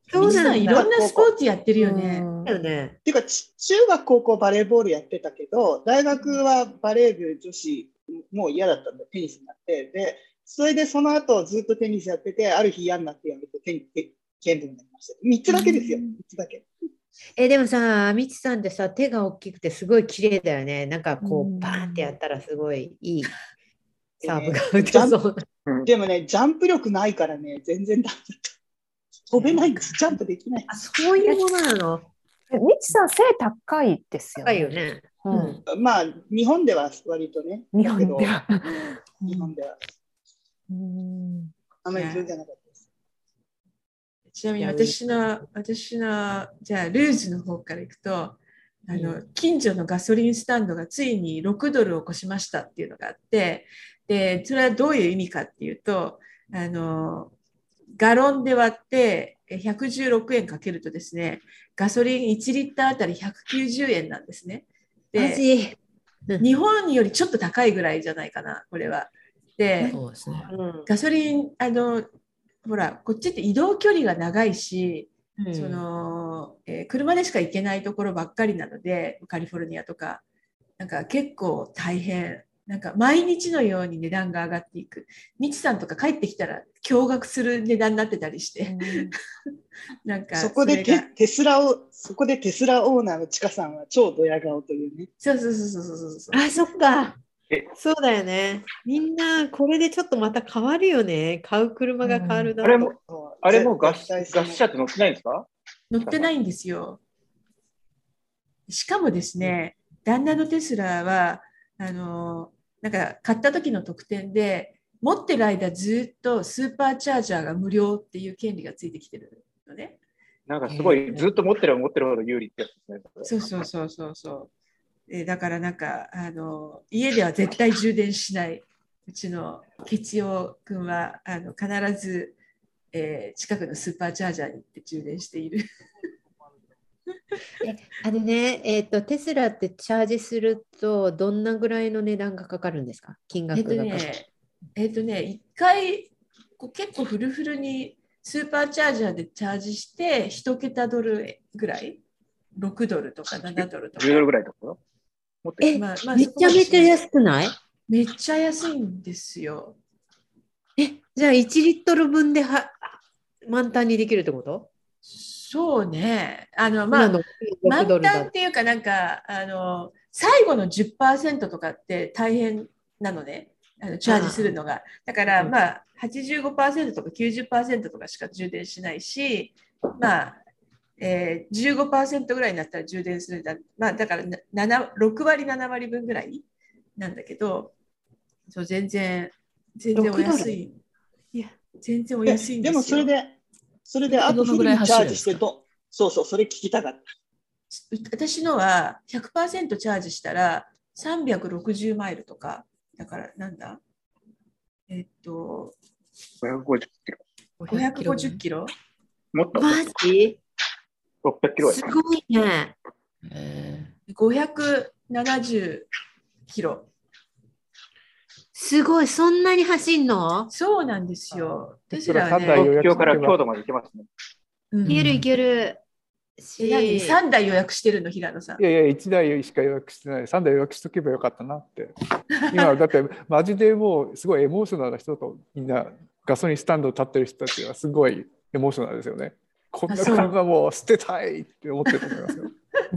みちさんいろんなスポーツやってるよね。 だよね。 っていうか、ち中学、高校バレーボールやってたけど、大学はバレー部女子、もう嫌だったんだ、テニスになって。で、それでその後ずっとテニスやってて、ある日嫌になってやめて、テニス、剣道になりました。みっつだけですよ、みっつだけ。 え、でもさ、みちさんってさ、手が大きくてすごい綺麗だよね。なんかこう、バーンってやったらすごいいいサーブが打てそうな。 でもね、ジャンプ力ないからね、全然ダメだった。飛べないんです、ジャンプできない。 あ、そういうものなの。 みちさん、背高いですよね。 高いよね。 うん、 まあ、日本では割とね。 日本では。 日本では。 うんあんまり上じゃなかったです。 ちなみに私の、私の、じゃあ、ルーズの方からいくと、あの、うん、近所のガソリンスタンドがついにろくドルを越しましたっていうのがあって、で、それはどういう意味かっていうと、あの、ガロンで割ってひゃくじゅうろくえんかけるとですね、ガソリンいちリッターあたりひゃくきゅうじゅうえんなんですね。で、日本よりちょっと高いぐらいじゃないかな、これは。で、そうですね、ガソリン、あの、ほら、こっちって移動距離が長いし、うん、そのえー、車でしか行けないところばっかりなので、カリフォルニアとか、なんか結構大変。なんか毎日のように値段が上がっていく。みちさんとか帰ってきたら驚愕する値段になってたりして。うん、なんかそこでテテスラを、そこでテスラオーナーのちかさんは超ドヤ顔というね。 そうそうそうそうそうそう。 あ、そっか。そうだよね。みんなこれでちょっとまた変わるよね。買う車が変わるなと。 うん、あれも、あれもガスガス車って乗ってないんですか？ 乗ってないんですよ。しかもですね、旦那のテスラは、あの、なんか買った時の特典で、持ってる間ずっとスーパーチャージャーが無料っていう権利がついてきてるのね。 なんかすごい、ずっと持ってれば持ってるほど有利ってやつですね。 そうそうそうそうそう。えだからなんかあの家では絶対充電しない。うちのケチオ君はあの必ず、えー、近くのスーパーチャージャーに行って充電している。 えあれね、えーと、テスラってチャージするとどんなぐらいの値段がかかるんですか？金額がかかる。 えっとね、えっとね、一回こう結構フルフルにスーパーチャージャーでチャージして一桁ドルぐらい、ろくドルとかななドルとか。 じゅうドルぐらいとかえ、まあまあ、めちゃめちゃ安くない？ めっちゃ安いんですよ。 え、じゃあいちリットル分では満タンにできるってこと？ そうね。あの、まあ、満タンっていうかなんか、あの、最後の じゅっパーセント とかって大変なのね。あのチャージするのが。だから、まあ、はちじゅうごパーセント とか きゅうじゅっパーセント とかしか充電しないし、まあ、えー、じゅうごパーセント ぐらいになったら充電するんだ。まあ、だからななろくわりななわりぶんぐらいなんだけど、そう全然、全然お安い。いや、全然お安いんですよ。 でもそれで、それであとフルにチャージしてと、そうそう、それ聞きたかった。 私のは ひゃくパーセント チャージしたらさんびゃくろくじゅうマイルとか、だからなんだえっと、 ごひゃくごじゅっキロ。 ごひゃくごじゅっキロもっとマジろっぴゃくキロ。 すごいね。 ごひゃくななじゅうキロ。 すごい、そんなに走んの？ そうなんですよ。 テスラはね、東京から京都まで行けますね。 いけるいける。 え、さんだい予約してるの、平野さん。 いやいや、いちだいしか予約してない。さんだい予約しとけばよかったなって。今、だって、マジでもう、すごいエモーショナルな人と、みんな、ガソリンスタンド立ってる人たちは、すごいエモーショナルですよね。こんな車もう捨てたいって思ってると思いますよ。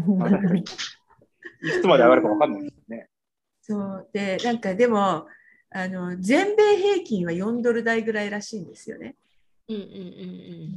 いつまで上がるか分かんないですね。 そうで、なんかでも、あの全米平均はよんドル台ぐらいらしいんですよね。 うんうんうんうん、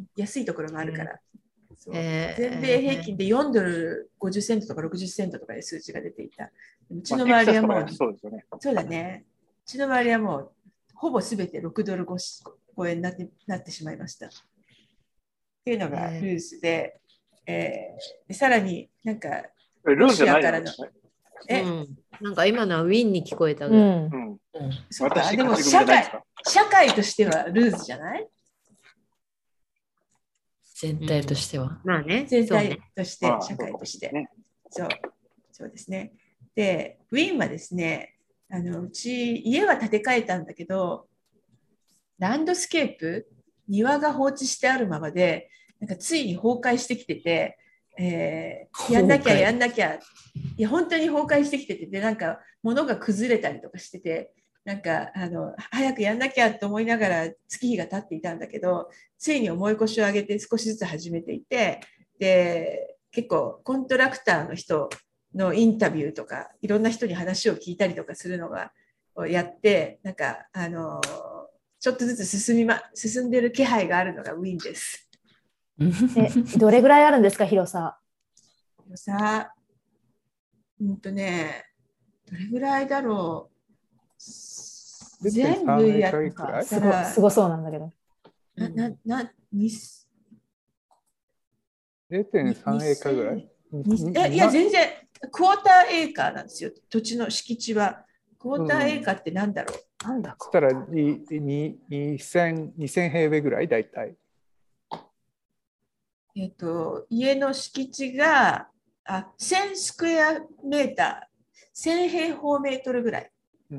安いところもあるから。そうえー、 全米平均でよんドルごじゅっセントとかろくじゅっセントとかで数値が出ていた。うちの周りはもう、 そうですよね。 そうだね。うちの周りはもう、ほぼすべてろくドル超えになって、なってしまいました。っていうのがルースで、えー、でさらになんか、 ルースじゃないの？ え、 うん、なんか今のはウィンに聞こえた。 うんうん、 そうか、でも社会、社会としてはルーズじゃない？ 全体としては。 まあね。 全体として、社会として。そう、そうですね。で、ウィンはですね、あのうち家は建て替えたんだけど、ランドスケープ、庭が放置してあるままで、 なんかついに崩壊してきてて、えー、やんなきゃやんなきゃ、いや本当に崩壊してきてて、でなんか物が崩れたりとかしてて、なんかあの早くやんなきゃと思いながら月日が経っていたんだけど、ついに重い腰を上げて少しずつ始めていて、で結構コントラクターの人のインタビューとかいろんな人に話を聞いたりとかするのがをやって、なんかあのちょっとずつ進み、ま、進んでる気配があるのがウィンです。 えどれぐらいあるんですか、広さ。 広さ、うんとね、どれぐらいだろう。全部やったらすご、すごそうなんだけど。 な、な、な、 ゼロてんさんエーカーぐらい？ いや、全然、クォーターエーカーなんですよ、土地の敷地は。クォーターエーカーってなんだろう。 なんだそしたらにせん平米ぐらい、大体。 えっと、家の敷地があせんスクエアメーター、せん平方メートルぐらい。うん、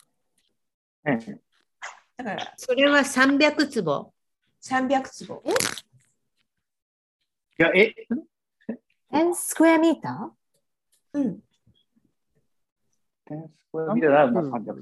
だからそれはさんびゃくつぼ。 さんびゃくつぼ。 いや、えせんスクエアメーター？うん。 せんスクエアメーターならさんびゃく。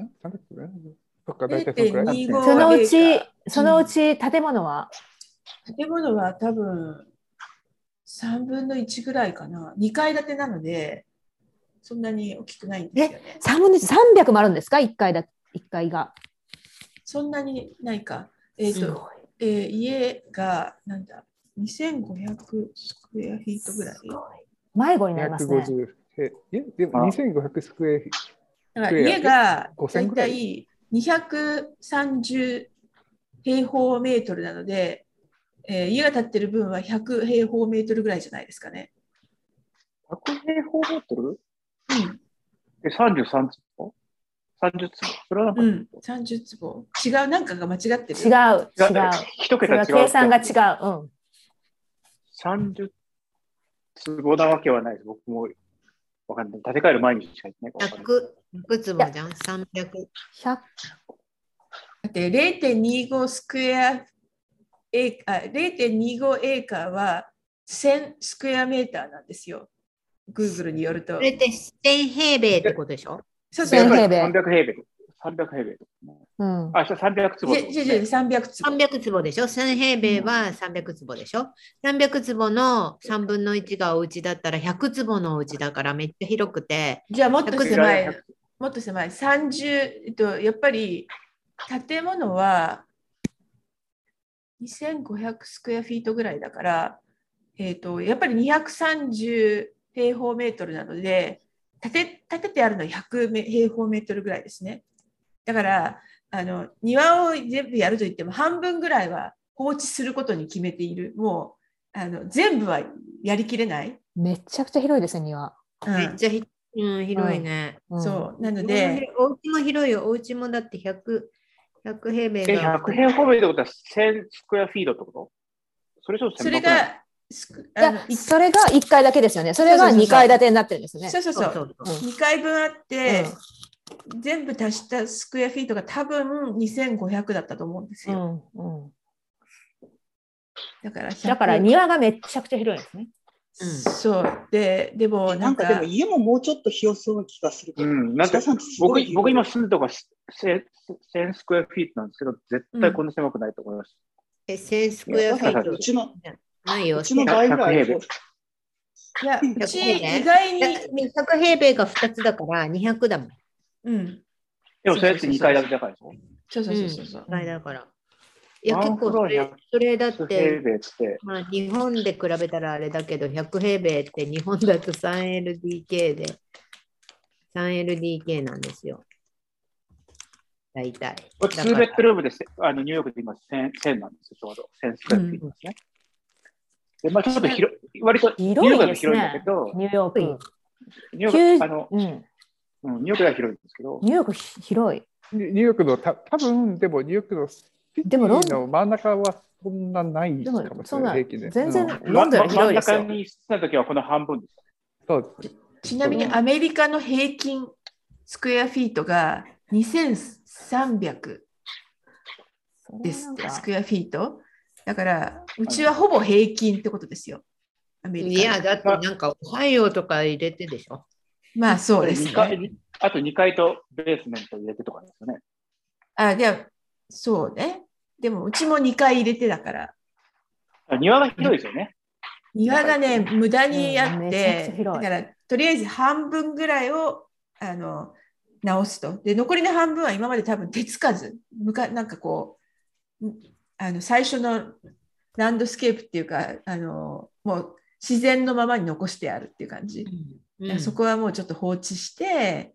そのうち、そのうち建物は、 建物は多分さんぶんのいちぐらいかな。にかい建てなので、そんなに大きくないんですよね。 え、さんぶんのいち、さんびゃくもあるんですか？ いっ 階だ、いっかいが。 そんなにないか。えっと、えー、家が、なんだ、にせんごひゃくスクエアフィートぐらい。 迷子になりますね。 にひゃくごじゅう、え、でもにせんごひゃくスクエアフィート。 だから家がだいたいにひゃくさんじゅう平方メートルなので、えー、家が建ってる分はひゃく平方メートルぐらいじゃないですかね。 ひゃく平方メートル？ うん。 え、さんじゅうさんつぼ？ さんじゅう 坪。それはなんか、 うん、さんじゅう坪。違う、なんかが間違ってる。 違う、違う。 一桁違う。 計算が違う。うん。 さんじゅう坪なわけはないです。僕もわかんない。建て替える前にしか言ってないから。ひゃく、 ひゃく坪じゃん、さんびゃく。 だって れいてんにご スクエアエーカー、れいてんにごエーカーはせんスクエアメーターなんですよ。Google によると。 それってせん平米ってことでしょ？ そうそう。 さんびゃく平米。さんびゃく平米。 うん。 あ、さんびゃく坪、 ね。さんびゃく坪。 さんびゃく坪でしょ？ せん 平米はさんびゃく坪でしょ？ さんびゃく 坪のさんぶんのいちがお家だったらひゃく坪のお家だからめっちゃ広くて。 じゃあもっと狭い。もっと狭い。さんじゅう、えっと、やっぱり建物はにせんごひゃくスクエアフィートぐらいだから、えっと、やっぱりにひゃくさんじゅう平方メートルなので、建て、建ててあるのはひゃく平方メートルぐらいですね。だからあの庭を全部やるといっても半分ぐらいは放置することに決めている。もうあの全部はやりきれない。 めちゃくちゃ広いですね、庭。 うん、めっちゃひ、うん、広いね。 うん、そうなのでお家も広いよ。お家もだってひゃく、ひゃく平米が。 え、ひゃく平方メートルってことはせんスクエアフィートってこと？それちょっとそれがいや、それがいっかいだけですよね。それがにかい建てになってるんですね。 そうそうそう。にかいぶんあって、うん、全部足したスクエアフィートが多分にせんごひゃくだったと思うんですよ。うんうん、だからだから庭がめちゃくちゃ広いですね。 うん、そうで、でもなんかでも家ももうちょっと広そうな気がするけど、うん、なんか僕、僕今住んでるとこせんスクエアフィートなんですけど、絶対こんな狭くないと思います。 うん、え、せんスクエアフィートうちのないよ。 うちの倍ぐらい。 いや、うち意外にひゃく平米がふたつだからにひゃくだもん。 うん。 でもそれってにかい建てだからでしょ？ そうそうそうそう。 にかいだから。いや、結構それ、それだって、まあ、日本で比べたらあれだけど、ひゃく平米って日本だと スリーエルディーケー で、スリーエルディーケー なんですよ。大体。 にベッドルームであのニューヨークで今せん、せんなんですよ、ちょうど。せんスクエアフィートですね。でまあ、ちょっと広い、割とニューヨークで広いんだけど、 ニューヨーク。 ニューヨーク、あの、うん、ニューヨークでは広いんですけど。 ニューヨーク広い。 ニューヨークのた多分でもニューヨークのシティの真ん中はそんなないかもしれない。平気で全然ロンドンより広いですよ。 真ん中に住んだ時はこの半分です。 そうちなみにアメリカの平均スクエアフィートがにせんさんびゃくですって、スクエアフィート。 だからうちはほぼ平均ってことですよ。アメリカ。 いや、だってなんか、おはようとか入れてでしょ。 まあそうですにかね。 いあとにかいとベースメント入れてとかですよね。 あ、では、そうね。でもうちもにかい入れてだから。 庭が広いですよね。 庭がね、無駄にあっうんめちゃくちゃて、 広いだからとりあえず半分ぐらいをあの直すと。で、残りの半分は今まで多分手つかず、むかなんかこう、あの最初のランドスケープっていうか、あのもう自然のままに残してあるっていう感じ。 うんうん、 そこはもうちょっと放置して、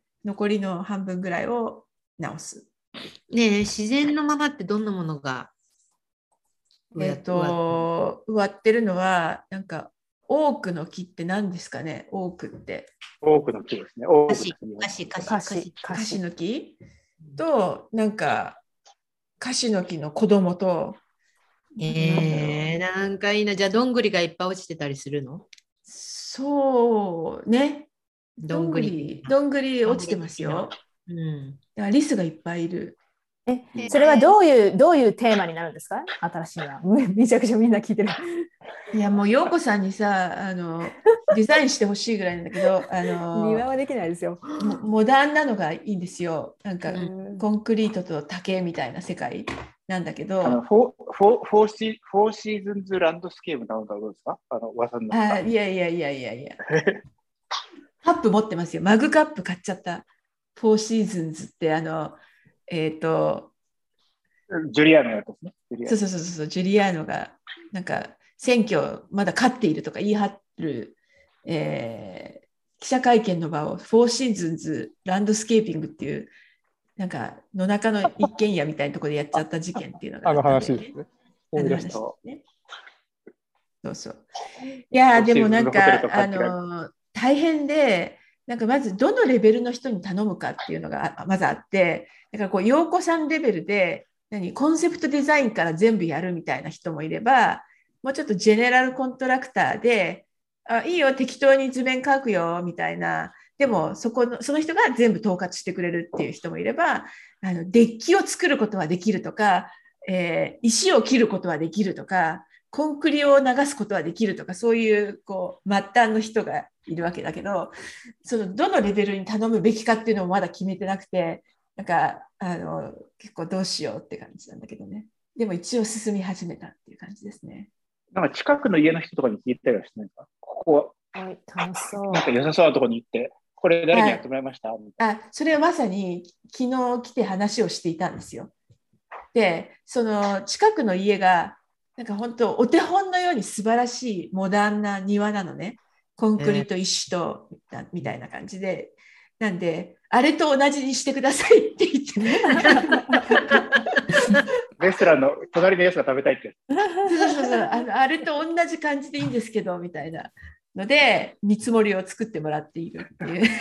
残りの半分ぐらいを直す。 ねえ、自然のままってどんなものがえっと、植わってるのは、なんか、オークの木って何ですかね、オークって。 多くの木ですね。多くカの木シカシカシカカシシカシの木と、なんか、カシの木の子供と、 えー、なんかいいな。じゃあ、どんぐりがいっぱい落ちてたりするの？ そうね。 どんぐりり、どんぐり落ちてますよ。 うん。 だからリスがいっぱいいる。 え、それはどういう、どういうテーマになるんですか？新しいのは。めちゃくちゃみんな聞いてる。 いや、もう、陽子さんにさ、あの、デザインしてほしいぐらいなんだけど、あの、 庭はできないですよ。 モモダンなのがいいんですよ。なんか、 うんコンクリートと竹みたいな世界なんだけあのど、 フォーフォーフォーシフォーシーズンズランドスケープなのかどうですか？あの噂になった。 あ、いやいやいやいやいや、カップ持ってますよ。マグカップ買っちゃった。フォーシーズンズって、あの、えっと、 ジュリアーノのやつですね。ジュリアーノそうそうそうそう、ジュリアーノが、なんか、選挙まだ勝っているとか言い張る、えー記者会見の場をフォーシーズンズランドスケーピングっていう、なんか野中の一軒家みたいなところでやっちゃった事件っていうのがあのあったんだよね。 話ですね。思い出した。 あの話ですね。そうそう。いやーでもなんフォーシーズンズホテルとか、あ勘違いの大変で、なんかまずどのレベルの人に頼むかっていうのがあまずあって、だからこう陽子さんレベルで何コンセプトデザインから全部やるみたいな人もいれば、もうちょっとジェネラルコントラクターで、あ、いいよ、適当に図面描くよみたいな、でもそこのその人が全部統括してくれるっていう人もいれば、あのデッキを作ることはできるとか、えー石を切ることはできるとか、コンクリを流すことはできるとか、そういうこう末端の人がいるわけだけど、そのどのレベルに頼むべきかっていうのもまだ決めてなくて、なんかあの結構どうしようって感じなんだけどね。でも一応進み始めたっていう感じですね。 なんか近くの家の人とかに聞いたりはしてないですか？ここはい、楽しそう。 なんか良さそうなところに行って、これ誰にやってもらいました？みたいあ、それはまさに昨日来て話をしていたんですよ。で、その近くの家がなんか本当お手本のように素晴らしいモダンな庭なのね。コンクリと石とみたいな感じで。なんで、あれと同じにしてくださいって言ってね。 な。レストランの隣のやつが食べたいって。 そうそうそうあのあれと同じ感じでいいんですけどみたいなので見積もりを作ってもらっているっていう。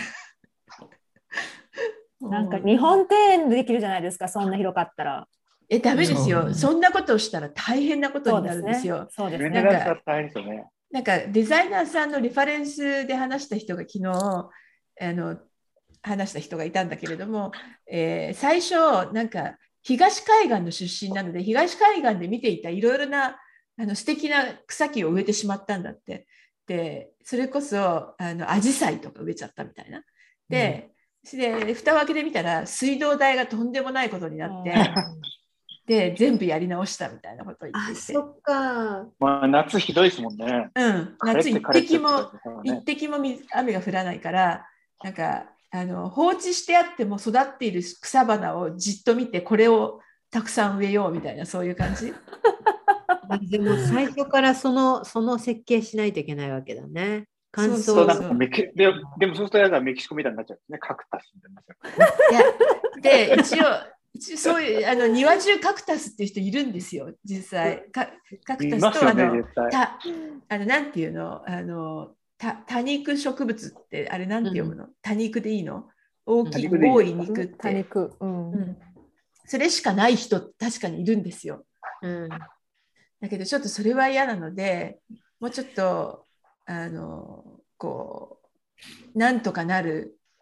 なんか日本庭園でできるじゃないですか、そんな広かったら。 え、ダメですよ。 そうそんなことをしたら大変なことになるんですよ。 そうですね。 なんメンテナンスはか、 大変ですよね。 なんかデザイナーさんのリファレンスで話した人が昨日、あの、話した人がいたんだけれども、えー最初、なんか東海岸の出身なので、東海岸で見ていたいろいろなあの素敵な草木を植えてしまったんだって。で、それこそ、あの、アジサイとか植えちゃったみたいな。で、で、蓋を開けてみたら、水道代がとんでもないことになって、で、全部やり直したみたいなことを言っていて。 そっか。 まあ夏ひどいですもんね。 うん、 枯れ夏一て枯れて滴も、一ね。 滴も水雨が降らないから、なんかあの放置してあっても育っている草花をじっと見て、これをたくさん植えようみたいな、そういう感じ。 でも最初からその、その設計しないといけないわけだね。乾燥そうそなんかメキででもそうするとやだメキシコみたいになっちゃうんですね。カクタスみたいになっちゃう。 いやで一応一応そういうあの庭中カクタスっていう人いるんですよ、実際。カカクタスいますよねとあの絶対たあのなんていうのあのた多肉植物ってあれなんて読むの、多肉でいいの、大きい多肉でいい多い肉って多肉、うんうん、それしかない人確かにいるんですよ。 うん。 だけどちょっとそれは嫌なので、もうちょっとあのこうなんとかなる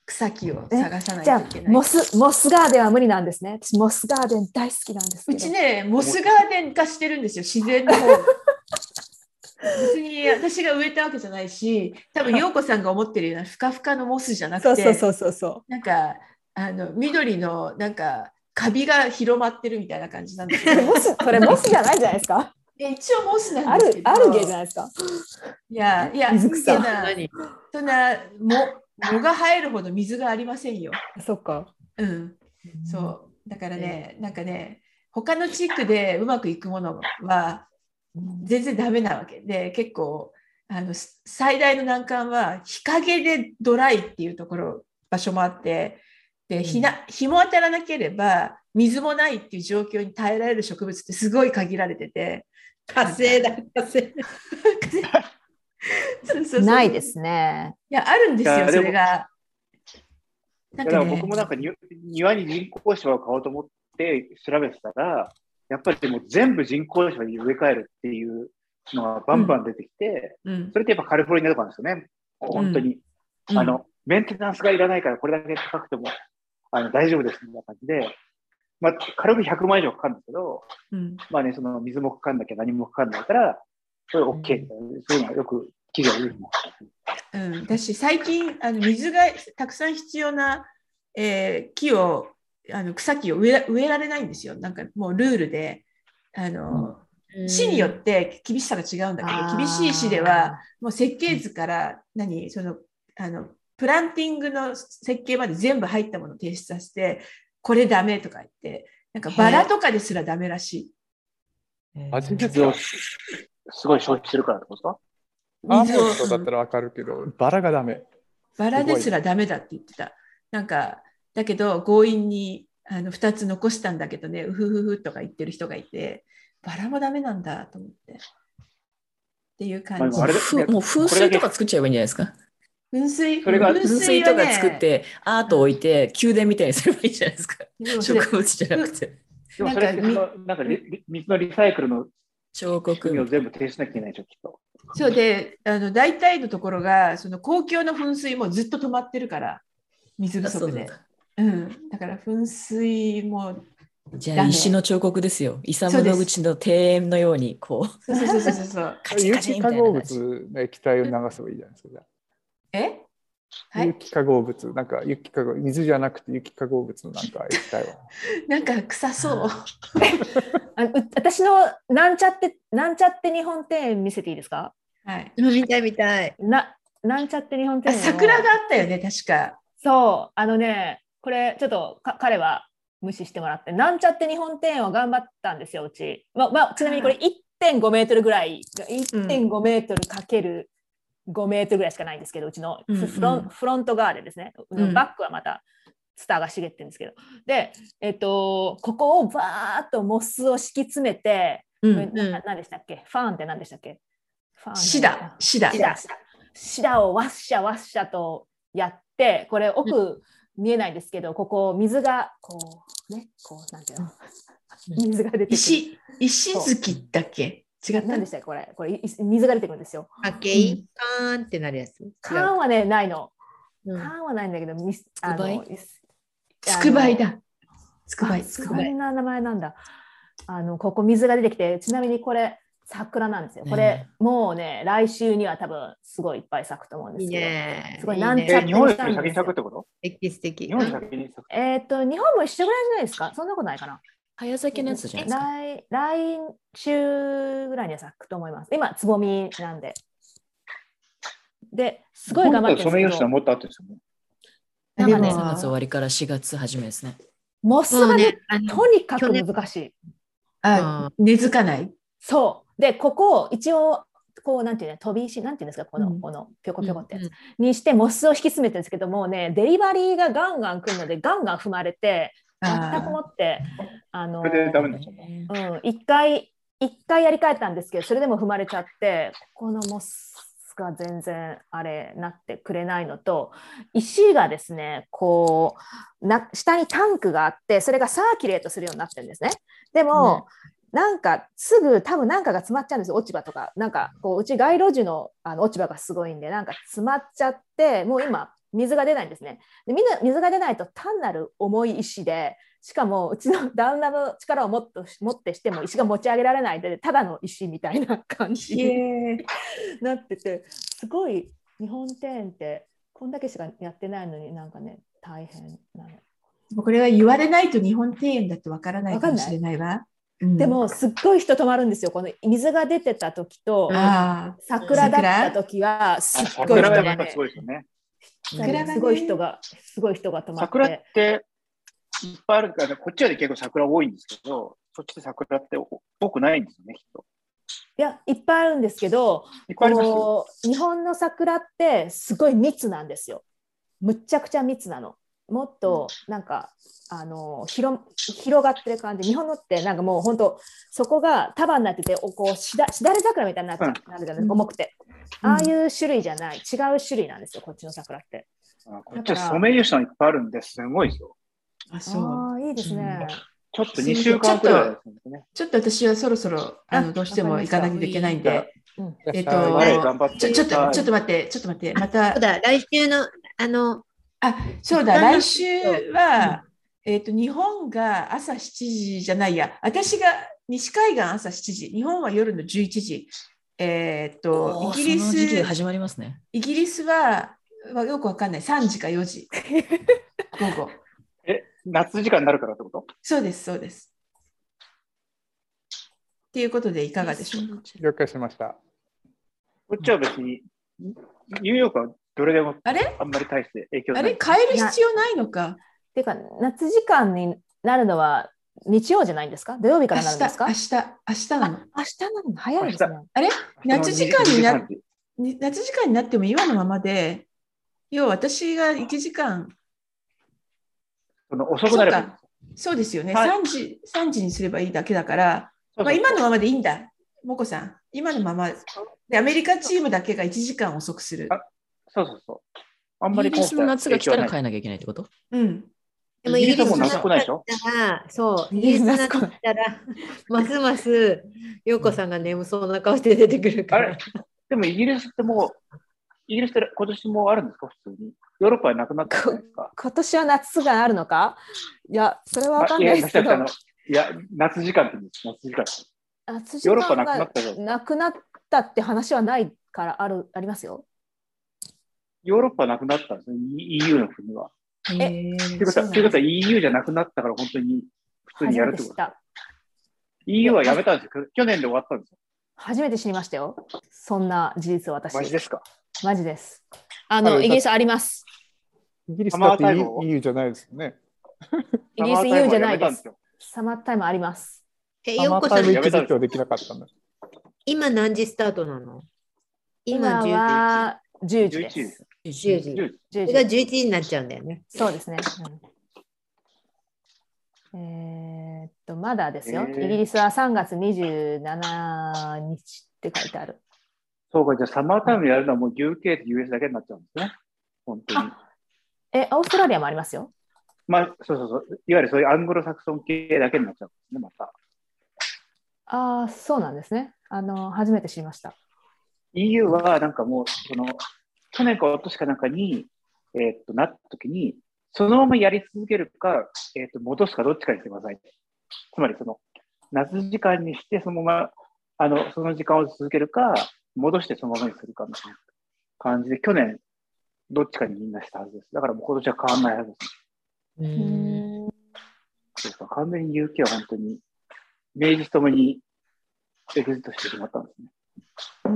草木を探さないじゃといけない。 あモス、モスガーデンは無理なんですね。私モスガーデン大好きなんですけど。 うちね、モスガーデン化してるんですよ、自然の方。別に私が植えたわけじゃないし、多分陽子さんが思ってるようなふかふかのモスじゃなくて、 そうそうそうそう。 なんかあの緑のなんかカビが広まってるみたいな感じなんですけど、 モス、それモスじゃないじゃないですか。 一応モスなあんですけど、 る、アルゲじゃないですか。 いやいや、 水草そんなそんなも藻が生えるほど水がありませんよ。 そっか。 うん、そうだからね、なんかね、他の地区でうまくいくものは全然ダメなわけで、結構あの最大の難関は日陰でドライっていうところ場所もあって、で日な日も当たらなければ水もないっていう状況に耐えられる植物ってすごい限られてて、 火星だ、火星。 そうそうそう、 ないですね。 いや、あるんですよ、それが。 だから僕もなんか庭に人工芝を買おうと思って調べてたら、やっぱりもう全部人工芝に植え替えるっていうのがバンバン出てきて、うん、それってやっぱカリフォルニアとかなんですよね。本当に。うん、あの、メンテナンスがいらないからこれだけ高くてもあの大丈夫ですみたいな感じで、まあ、軽くひゃくまん以上かかるんですけど、うん、まあね、その水もかかんなきゃ何もかかんないから、それ OK みたいな、そういうのはよく記事を言う。 うん、だし最近あの水がたくさん必要な、えー、木をあの草木を植え、植えられないんですよ。なんかもうルールであの、うん、市によって厳しさが違うんだけど、厳しい市ではもう設計図から何そのあのプランティングの設計まで全部入ったものを提出させて、これダメとか言って、なんかバラとかですらダメらしい。 水をすごい消費するからってことか？ 水をだったらわかるけど、バラがダメ。 バラですらダメだって言ってた。なんかだけど強引にあのふたつ残したんだけどね、うふふふとか言ってる人がいて、バラもダメなんだと思って。っていう感じ。 もう噴水とか作っちゃえばいいんじゃないですか。 噴水、 それが噴水とか作ってアートを置いて宮殿みたいにすればいいじゃないですか。植物じゃなくて。 でもそれってそのなんか水のリサイクルの彫刻を全部停止しなきゃいけないでしょ、きっと。 そうで、あの大体のところがその公共の噴水もずっと止まってるから水不足で。うん、だから噴水もじゃあ石の彫刻ですよ。イサムの口の庭園のようにこう。 そうそうそうそうそう。 カチカチみたいな。有機化合物の液体を流せばいいじゃないですか。 え？ はい、有機化合物、なんか有機化合水じゃなくて有機化合物のなんか液体は。 なんか臭そう。 あ私のなんちゃってなんちゃって日本庭園見せていいですか？ はい。 見たい見たい。 ななんちゃって日本庭園。 桜があったよね確か。 そうあのねこれちょっとか彼は無視してもらってなんちゃって日本庭園を頑張ったんですようち。ままあちなみにこれ いってんご メートルぐらい いってんご メートルかけるごメートルぐらいしかないんですけどうちのフロン、うんうん、フロントガーデンですね、うん、バックはまたツタが茂ってるんですけどで、えっと、ここをバーッとモスを敷き詰めて、うんうん、な何でしたっけファーンって何でしたっけファーンシダシダシダシダをワッシャワッシャとやってこれ奥見えないんですけど、うん、ここ水がこうねこうなんていうの水が出てくる石石月だっけ違った。 何でしたっけこれこれ水が出てくるんですよ。 あけい、カーンってなるやつ。 カーンはねないの。うん、カーンはないんだけど、つくばい。 つくばいだ。つくばい。 そんな名前なんだ。あのここ水が出てきて、ちなみにこれ桜なんですよ。これ、ね、もうね来週には多分すごいいっぱい咲くと思うんですけど。いいね。すごいなんちゃって日本より先に咲くってこと？ 歴史的。 日本より先に咲く。 えっと日本も一緒ぐらいじゃないですか。そんなことないかな。 早咲きのやつじゃないですか。 来, 来週ぐらいには咲くと思います。今つぼみなんで。ですごい頑張ってるんですけど。 ソメイヨシノもっとあってですよね。 なんかね、 さんがつ終わりからしがつ初めですね。 モスがね、とにかく難しい。 あ、根付かない。 そう。で、ここ一応こうなんていうの飛び石なんていうんですかこの、うん、このぴょこぴょこってやつ、うん、にしてモスを引き詰めてるんですけどもうねデリバリーがガンガン来るのでガンガン踏まれて。全くもってあの一回一回やり替えたんですけどそれでも踏まれちゃってここのモスが全然あれなってくれないのと石がですねこうな下にタンクがあってそれがサーキュレートするようになってるんですね。でも、うん、なんかすぐ多分なんかが詰まっちゃうんですよ落ち葉とかなんかこううち街路樹の、あの落ち葉がすごいんでなんか詰まっちゃってもう今水が出ないんですね。でみんな水が出ないと単なる重い石で、しかもうちの旦那の力をもっと持ってしても石が持ち上げられないで、ただの石みたいな感じになってて、すごい日本庭園ってこんだけしかやってないのになんかね大変なの。 これは言われないと日本庭園だってわからないかもしれないわ。うん、 でもすっごい人止まるんですよ。この水が出てた時と桜だった時はすっごい人がね、すごい人ね。すごい人がすごい人が止まって。 桜っていっぱいあるから、こっちは結構桜多いんですけど、そっちで桜って多くないんですよね、きっと。 いや、いっぱいあるんですけど、こう日本の桜ってすごい密なんですよ。むっちゃくちゃ密なの。もっとなんか、うん、あの 広, 広がってる感じ。日本のってなんかもう本当そこが束になってて、こうしだしだれ桜みたいになっちゃう、うん、なるじゃない、重くて、うん、ああいう種類じゃない、違う種類なんですよ、こっちの桜って。 あ、こっちはソメイヨシノいっぱいあるんですごいですよ。 あ、そう。 あ、いいですね。 ちょっとにしゅうかんくらいですね。 ちょっと私はそろそろあのどうしても行かなきゃいけないんで、 うん、 えっとちょちょっとちょっと待ってちょっと待ってまた。 そうだ、来週のあのあ、そうだ、来週は、うん、えっと日本が朝しちじじゃないや、私が西海岸朝しちじ、日本は夜のじゅういちじ。えっとイギリスその時期が始まりますね。 イギリスはよくわかんない、さんじかよじ午後。 え、夏時間になるからってこと？ そうです、そうです。っていうことでいかがでしょうか。 了解しました。 こっちは別に、ニューヨークはどれでもあれあんまり大して影響ない。 あれ変える必要ないのか。 っていうか、夏時間になるのは日曜じゃないんですか？土曜日からなるんですか？ 明日、明日、明日なの。 明日なの早いですね。 あれ夏時間にな夏時間になっても今のままで、要は私がいちじかんその遅くなればいい。 そうですよね、はい、さんじ、さんじにすればいいだけだから、まあ、今のままでいいんだ、もこさん。今のままで、アメリカチームだけがいちじかん遅くする。 あ、そうそうそう。あんまりイギリスの夏が来たら変えなきゃいけないってこと？ うん。 でもイギリスも夏来ないでしょ？そう、イギリスになったら、ますます陽子さんが眠そうな顔して出てくるから。 あれでもイギリスってもう、イギリスって今年もあるんですか、普通に。ヨーロッパはなくなったんですか？ 今年は夏があるのか？いや、それは分かんないですけど。 いや、夏時間って言うんです、夏時間。 夏時間がなくなったって話はないからあるありますよ。 ヨーロッパはなくなったんですね、イーユー の国は。 えということは、ということは イーユー じゃなくなったから本当に普通にやるってことですか？ イーユー はやめたんですよ。去年で終わったんですよ。 初めて知りましたよ。そんな事実を私。 マジですか？ マジです。あの、イギリスあります。 イギリスだって イーユー じゃないですよね。 イギリス イーユー じゃないです。サマータイムあります。 え、よこさん、 できなかったんだ。 今何時スタートなの？ 今はじゅうじです。 じゅうじ。それがじゅういちじになっちゃうんだよね。 そうですね。うん、えー、っと、まだですよ。イギリスはさんがつにじゅうしちにちって書いてある。 そうか、じゃあサマータイムやるのはもう ユーケー と ユーエス だけになっちゃうんですね。本当に。 え、オーストラリアもありますよ。 まあ、そうそうそう。いわゆるそういうアングロサクソン系だけになっちゃうんですね、また。 ああ、そうなんですね。あの、初めて知りました。 イーユー はなんかもう、その、去年か一昨年かなんかに、えー、っと、なった時に、そのままやり続けるか、えー、っと、戻すかどっちかにしてください。つまり、その、夏時間にして、そのまま、あの、その時間を続けるか、戻してそのままにするかみたいな感じで、去年、どっちかにみんなしたはずです。だからもう今年は変わんないはずです。 うーん。 そうか、完全に ユーケー は本当に、名実ともにエグジットしてしまったんですね。 うん。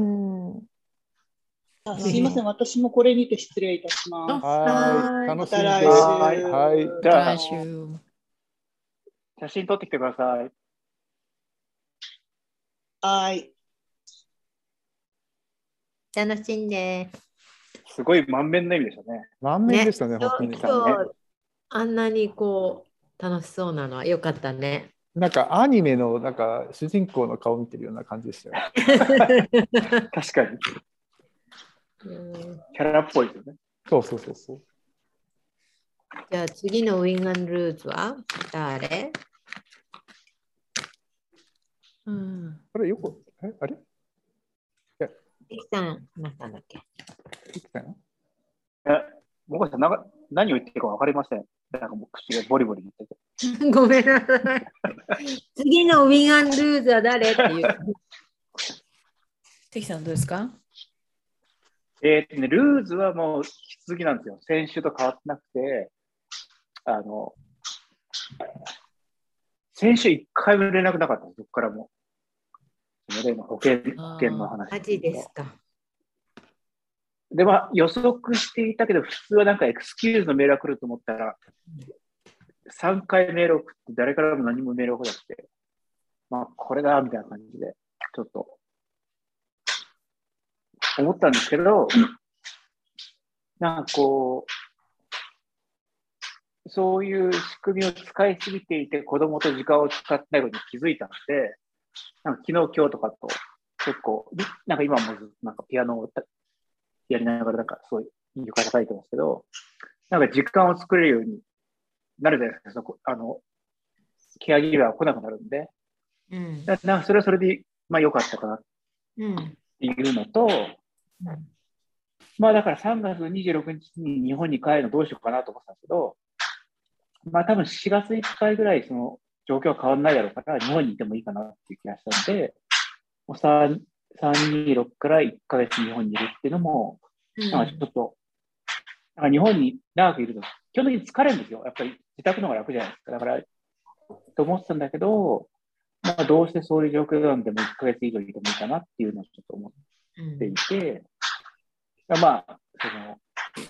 あ、すいません、私もこれにて失礼いたします。 はい、楽しみです。 はい、 はい、 じゃあ、 来週写真撮ってきてください。 はい。 楽しんで。 すごい満面の意味でしたね。 満面でしたね、 ね、 本当に。 今日、あんなにこう、楽しそうなのはよかったね。 なんかアニメのなんか主人公の顔見てるような感じでしたよ。 確かに。キャラっぽいですよね。 そうそうそうそう。 じゃあ次のウィンガンルーツは誰？ うん。 あれよく、え、あれいきさん、なったんだっけ？ いきさん？ え、もこさんさんな何を言ってるか分かりません。なんかもう口がボリボリ言ってて。 ごめんなさい。次のウィンアンルーズは誰っていう。 関さんどうですか？ えーとね、ルーズはもう引き続きなんですよ。先週と変わってなくて、あの、先週いっかいも連絡なかったんです、そこからも。その例の保険、保険の話。 マジですか。 で、まあ、予測していたけど、普通はなんかエクスキューズのメールが来ると思ったら、さんかいメールを送って誰からも何もメールを来なくて、まあ、これだ、みたいな感じで、ちょっと、思ったんですけど、なんかこう、そういう仕組みを使いすぎていて、子供と時間を使ってないことに気づいたので、なんか昨日、今日とかと、結構、なんか今もなんかピアノをやりながら、なんかそういう床叩いてますけど、なんか時間を作れるようになるじゃないですか、そこあの、ケアギバーが来なくなるんで、 うん、 だなんかそれはそれで、まあ良かったかなっていうのと、 うん、 まあだからさんがつにじゅうろくにちに日本に帰るのどうしようかなと思ってたんですけど、まあ多分しがついっかいぐらいその状況は変わらないだろうから、日本にいてもいいかなっていう気がしたので、もうさんにーろくからいっかげつ日本にいるっていうのも、なんかちょっと、なんか日本に長くいると、基本的に疲れるんですよ。やっぱり自宅の方が楽じゃないですか。だから、と思ってたんだけど、まあどうしてそういう状況なんでもいっかげつ以上いてもいいかなっていうのをちょっと思っていて、うん、まあ、その、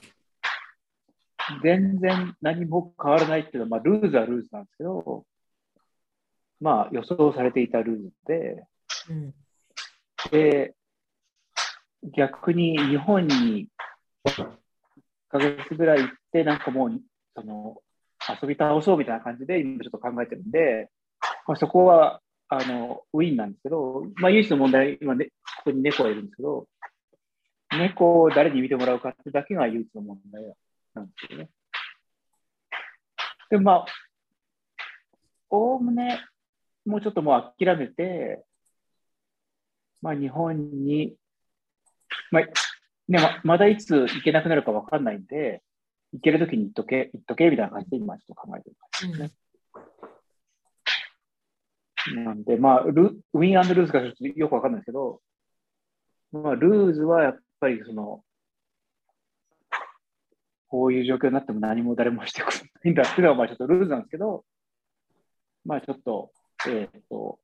全然何も変わらないっていうのは、まあ、ルーズはルーズなんですけど、まあ、予想されていたルーズで、 うん、 で、逆に日本にいっかげつぐらい行って、なんかもう、その、遊び倒そうみたいな感じで、今ちょっと考えてるんで、まあ、そこは、あの、ウィンなんですけど、まあ、唯一の問題、今ね、ここに猫がいるんですけど、猫を誰に見てもらうかってだけが唯一の問題なんですよね。で、まあ、おおむね、もうちょっともう諦めて、まあ、日本に、まあねま、まだいつ行けなくなるか分かんないんで、行けるときに行っとけ、行っとけみたいな感じで今ちょっと考えてる感じですね。うん、なんで、まあル、ウィン&ルーズかちょっとよく分かんないですけど、まあ、ルーズはやっぱりその、こういう状況になっても何も誰もしてくれないんだっていうのは、まあちょっとルーズなんですけど、まあちょっと、えっと、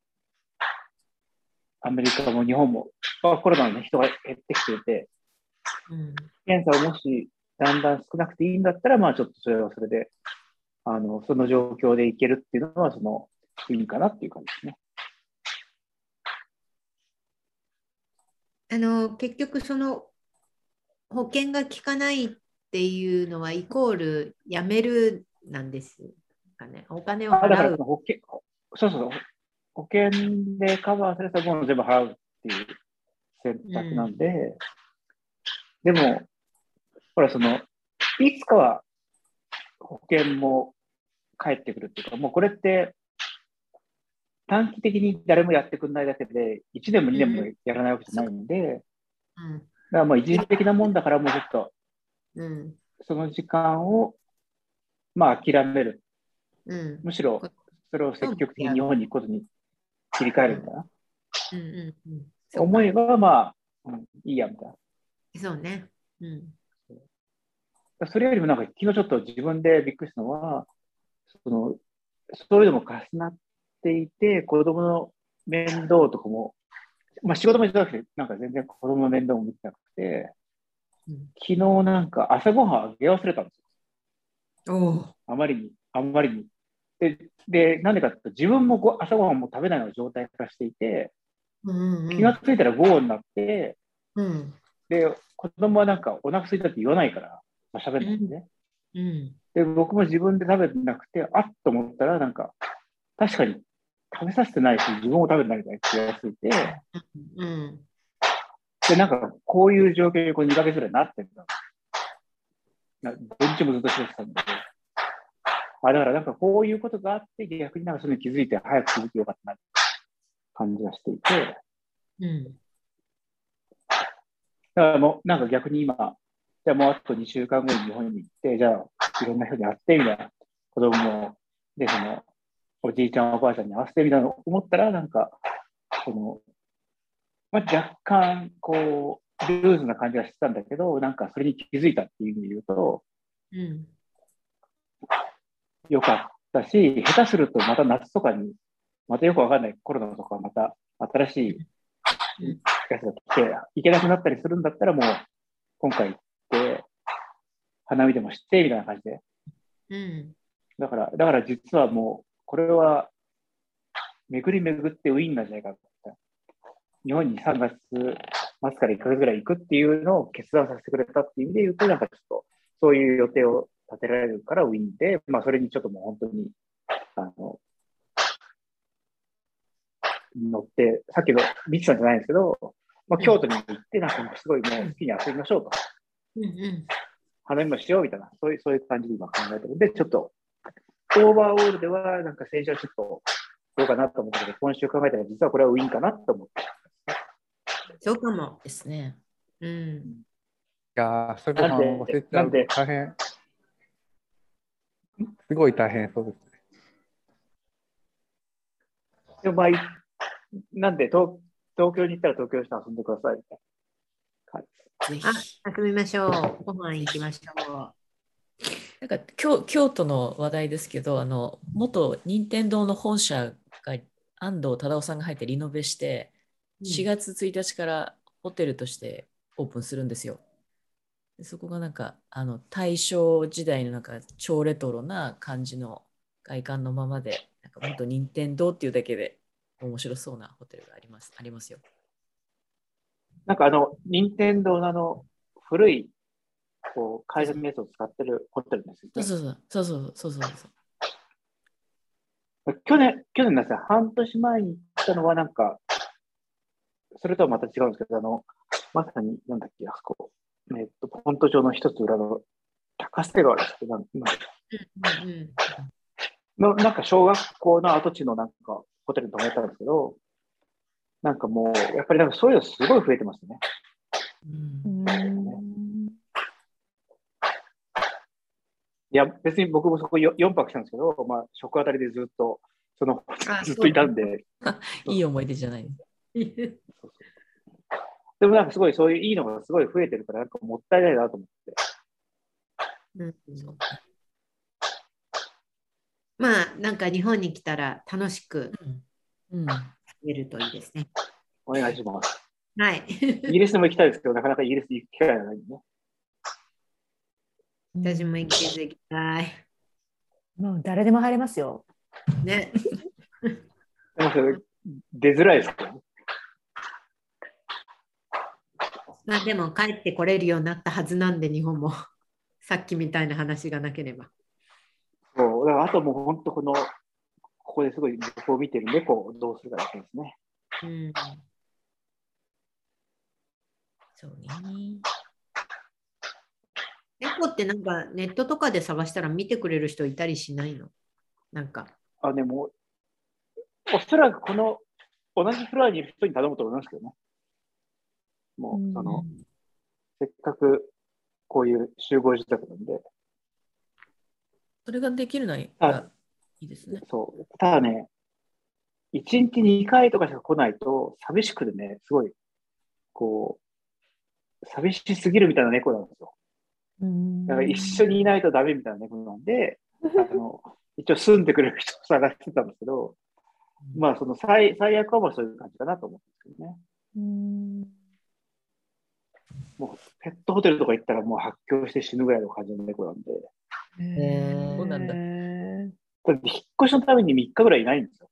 アメリカも日本も、まあ、コロナの、ね、人が減ってきていて、うん、検査をもしだんだん少なくていいんだったら、まあちょっとそれはそれで、あの、その状況でいけるっていうのは、その、いいかなっていう感じですね。 あの、結局その、保険が効かないっていうのはイコールやめるなんですかね。お金を払う。 あ、だから保険、そうそう、保険でカバーされたものを全部払うっていう選択なんで、うん、でも、ほら、その、いつかは保険も返ってくるっていうか、もうこれって短期的に誰もやってくれないだけで、いちねんもにねんもやらないわけじゃないんで、うん、だからまあ一時的なもんだから、もうちょっと、うん、その時間を、まあ諦める。うん、むしろ、それを積極的に日本に行くことに切り替えるみたいな。うんうんうん、思えば、まあ、うん、いいや、みたいな。 そうね。うん、 それよりもなんか、昨日ちょっと自分でびっくりしたのは、その、そういうのも重なっていて、子供の面倒とかも、まあ仕事も忙しくて、なんか全然子供の面倒も見てなくて、うん、昨日なんか朝ごはんあげ忘れたんですよ。おあまりに、あまりに。で、でなんでかっていうと、自分もご朝ごはんも食べないような状態化していて、うんうん、気がついたら午後になって、うん、で、子供はなんかお腹空いたって言わないから、まあ、喋るんですね、うんうん。で、僕も自分で食べてなくて、あっと思ったら、なんか、確かに食べさせてないし、自分も食べてないみたいな気がついて、うん、で、なんか、こういう状況にこうにかげつぐらいなってるんだ。土日もずっとしてたんで。あ、だからなんかこういうことがあって、逆になんかそれに気づいて早く気づきよかったなって感じがしていて。うん。だからもうなんか逆に今、 じゃあもうあとにしゅうかんごに日本に行って、じゃあいろんな人に会ってみたいな、子供も、で、その、おじいちゃんおばあちゃんに会わせてみたいな思ったら、なんか、その、まあ、若干、こう、ルーズな感じがしてたんだけど、なんかそれに気づいたっていう意味で言うと、 うん。 よかったし、下手するとまた夏とかに、またよくわかんないコロナとかまた新しいやつが来て、行けなくなったりするんだったらもう、今回行って、花見でもして、みたいな感じで。 うん。 だから、だから実はもう、これは、巡り巡ってウィーンなんじゃないかって。日本にさんがつ末からいっかげつぐらい行くっていうのを決断させてくれたっていう意味で言うと、なんかちょっと、そういう予定を立てられるからウィーンで、まあそれにちょっともう本当に、あの、乗って、さっきのミチさんじゃないんですけど、まあ京都に行って、なんかすごいもう好きに遊びましょうと。 うんうん花見もしようみたいな、そういう、そういう感じで今考えてるんで、ちょっと、オーバーオールでは、なんか先週はちょっと、どうかなと思ったけど、今週考えたら実はこれはウィーンかなと思って。 そうかも。 ですね。 うん。 いやー、それご飯忘れちゃうなんで大変。すごい大変そうですね。 でもまあ、なんで東、東京に行ったら東京の人遊んでくださいみたいな感じです。 ぜひ。 あ、遊びましょう。ご飯行きましょなんか京、京都の話題ですけど、あの元任天堂の本社が安藤忠雄さんが入ってリノベして、 うんしがつついたちからホテルとしてオープンするんですよ。でそこがなんかあの大正時代のなんか超レトロな感じの外観のままで、なんか元任天堂っていうだけで面白そうなホテルがあります、ありますよ。 なんかあの、任天堂のあの、古い、こう、会社名称を使ってるホテルですよね。 そうそうそうそうそうそうそうそう去年、去年なんですよ。半年前に行ったのはなんか、それとはまた違うんですけど、あの、まさに、なんだっけ、あそこ、えっと、ポント町の一つ裏の高瀬川ですけど、なんう。うんうんのなんか小学校の跡地のなんかホテルに泊まったんですけど、なんかもう、やっぱりなんかそういうのすごい増えてますね。 うんいや、別に僕もそこよんぱくしたんですけど、まあ、食あたりでずっと、その、 あずっといたんで。 いい思い出じゃない。 でもなんかすごいそういういいのがすごい増えてるから、なんかもったいないなと思って。 うんまあ、なんか日本に来たら楽しくうんうん見るといいですね。 お願いします。 はい。 イギリスでも行きたいですけど、なかなかイギリス行く機会がないんでね。 私もイギリス行きたい。 もう誰でも入れますよ。 ね。 でもそれ出づらいですけどね。 まあでも帰ってこれるようになったはずなんで、日本も。さっきみたいな話がなければ。 そう、だからあともう本当この、ここですごい猫を見てる猫をどうするかだけですね。 うん。 そうね。 猫ってなんかネットとかで探したら見てくれる人いたりしないの？なんか。 あ、でも、おそらくこの同じフロアにいる人に頼むと思いますけどね。もう、その、せっかくこういう集合自宅なんで。 それができるのはいいですね。 そう。ただね、いちにちにかいとかしか来ないと寂しくてね、すごい、こう、寂しすぎるみたいな猫なんですよ。だから一緒にいないとダメみたいな猫なんで、あの一応住んでくれる人を探してたんですけど、まあその最最悪はもうそういう感じかなと思うんですけどね。うんもうペットホテルとか行ったらもう発狂して死ぬぐらいの感じの猫なんで。 へーそうなんだ。 だって引っ越しのためにみっかぐらいいないんですよ。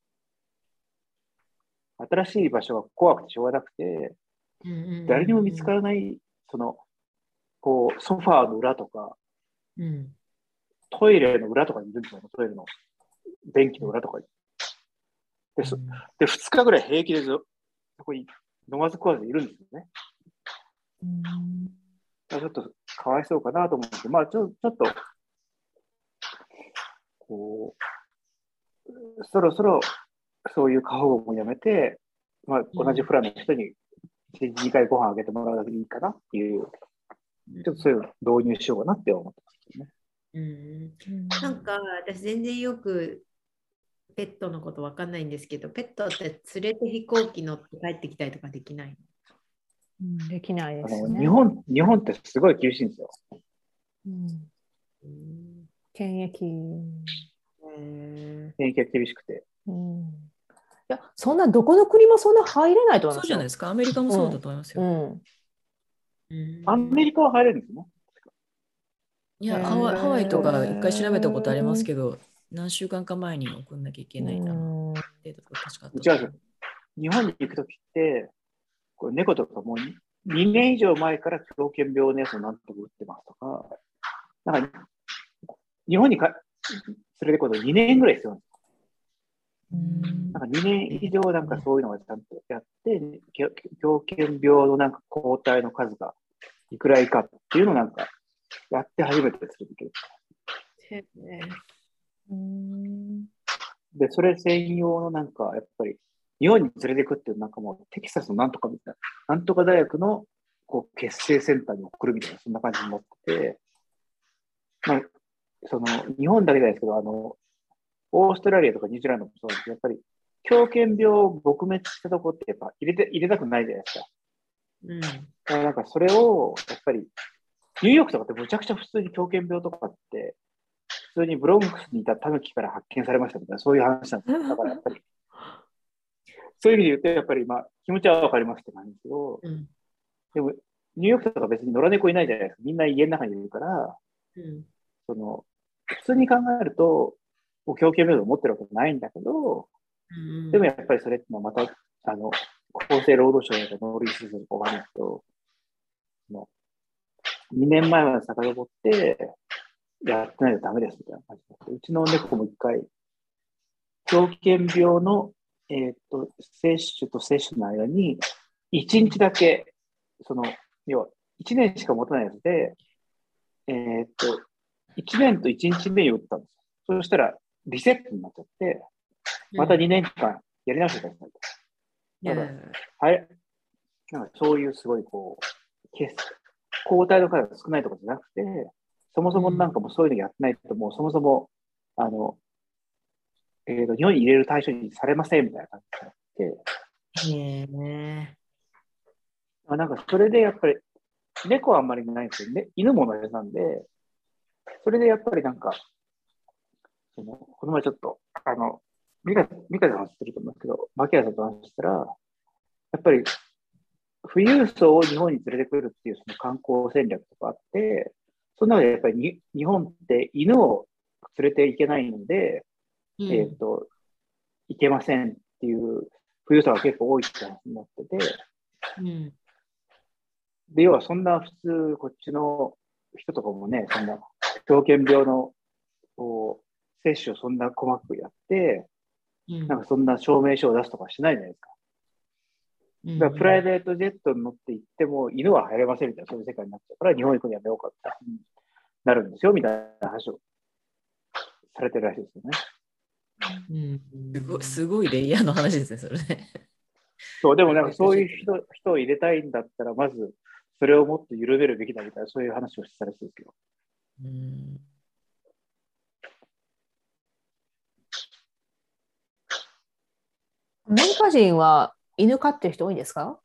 新しい場所が怖くてしょうがなくて、誰にも見つからない、その、こう、ソファーの裏とか、 うん、 トイレの裏とかにいるんですよ、トイレの電気の裏とかに。で、うん、でふつかぐらい平気でそこに飲まず食わずいるんですよね。うん、ちょっとかわいそうかなと思って、まあちょ、ちょっと、こう、そろそろそういう過保護もやめて、まあ、同じフラの人にいちにちにかいご飯あげてもらうだけでいいかなっていうちょっとそういうの導入しようかなって思ってますけどね。 うん、なんか私全然よくペットのことわかんないんですけど、ペットって連れて飛行機乗って帰ってきたりとかできないの？ うん、できないですね。 あの日本、日本ってすごい厳しいんですよ。 うん、 うん、 検疫。 え検疫が厳しくて。 うん、いや、そんなどこの国もそんな入れないと思いますよ。 そうじゃないですか。アメリカもそうだと思いますよ。 うんうんー、 アメリカは入れるんですね。 いや、 へーハワイ、ハワイとか一回調べたことありますけど、何週間か前に送んなきゃいけないな。 うんデータとか確かあった違うんですよ。日本に行くときって、これ猫とかもにねん以上前から狂犬病のやつをなんとか打ってますとか、なんか日本にか連れてくことにねんぐらい必要なんですよ。なんかにねん以上なんかそういうのをちゃんとやって、狂犬病のなんか抗体の数がいくらいかっていうのをなんかやって初めて連れていける。 うんで、それ専用のなんかやっぱり日本に連れてくっていうなんかもうテキサスのなんとかみたいな、なんとか大学のこう結成センターに送るみたいな、そんな感じになってて、まあ、その日本だけじゃないですけど、あの、オーストラリアとかニュージーランドもそうですけど、やっぱり狂犬病を撲滅したとこってやっぱ入れて、入れたくないじゃないですか。 うん、 だからなんかそれを、やっぱり、ニューヨークとかってむちゃくちゃ普通に狂犬病とかって、普通にブロンクスにいたタヌキから発見されましたみたいな、そういう話なんですよ。だからやっぱり、そういう意味で言うと、やっぱりまあ気持ちはわかりますって感じですけど、 うん、 でも、ニューヨークとか別に野良猫いないじゃないですか。みんな家の中にいるから、 うん、 その、普通に考えると、狂犬病を持ってるわけじゃないんだけど、 うん、 でもやっぱりそれってのはまた、あの、厚生労働省が農林水産が悪いと、にねんまえまで遡って、やってないとダメですみたいな感じで。うちの猫も一回、狂犬病の、えー、っと接種と接種の間に、いちにちだけ、その、要は、いちねんしか持たないやつで、えー、っと、いちねんといちにちめに打ったんですよ。そしたら、リセットになっちゃって、またにねんかんやり直してくださいと。だから、はい、なんかそういうすごいこう、ケース、抗体の数が少ないとかじゃなくて、そもそもなんかもうそういうのやってないと、もうそもそも、あの、えーと、日本に入れる対象にされませんみたいな感じになって、 へえ。 あ、なんかそれでやっぱり、猫はあんまりないんですよね。犬も同じなんで、それでやっぱりなんか、そのこの前ちょっと、あの、ミカ、ミカで話してると思うんですけど、マキアさんと話したら、やっぱり、富裕層を日本に連れてくるっていうその観光戦略とかあって、その中でやっぱりに日本って犬を連れていけないので、 うん、 えっと、いけませんっていう富裕層が結構多いって話になってて、 うん、 で、要はそんな普通、こっちの人とかもね、そんな狂犬病のこう接種をそんな細かくやって、 うん、 なんかそんな証明書を出すとかしないじゃないですか。だからプライベートジェットに乗って行っても犬は入れませんみたいな、そういう世界になっちゃうから、日本行くのやめようかってなるんですよみたいな話をされてるらしいですよね。 うん、 すごい、すごいレイヤーの話ですね、それね。 そう、でもなんかそういう人人を入れたいんだったら、まずそれをもっと緩めるべきだみたいな、そういう話をしたらしいですけど。 うん、 アメリカ人は犬飼ってる人多いんですか？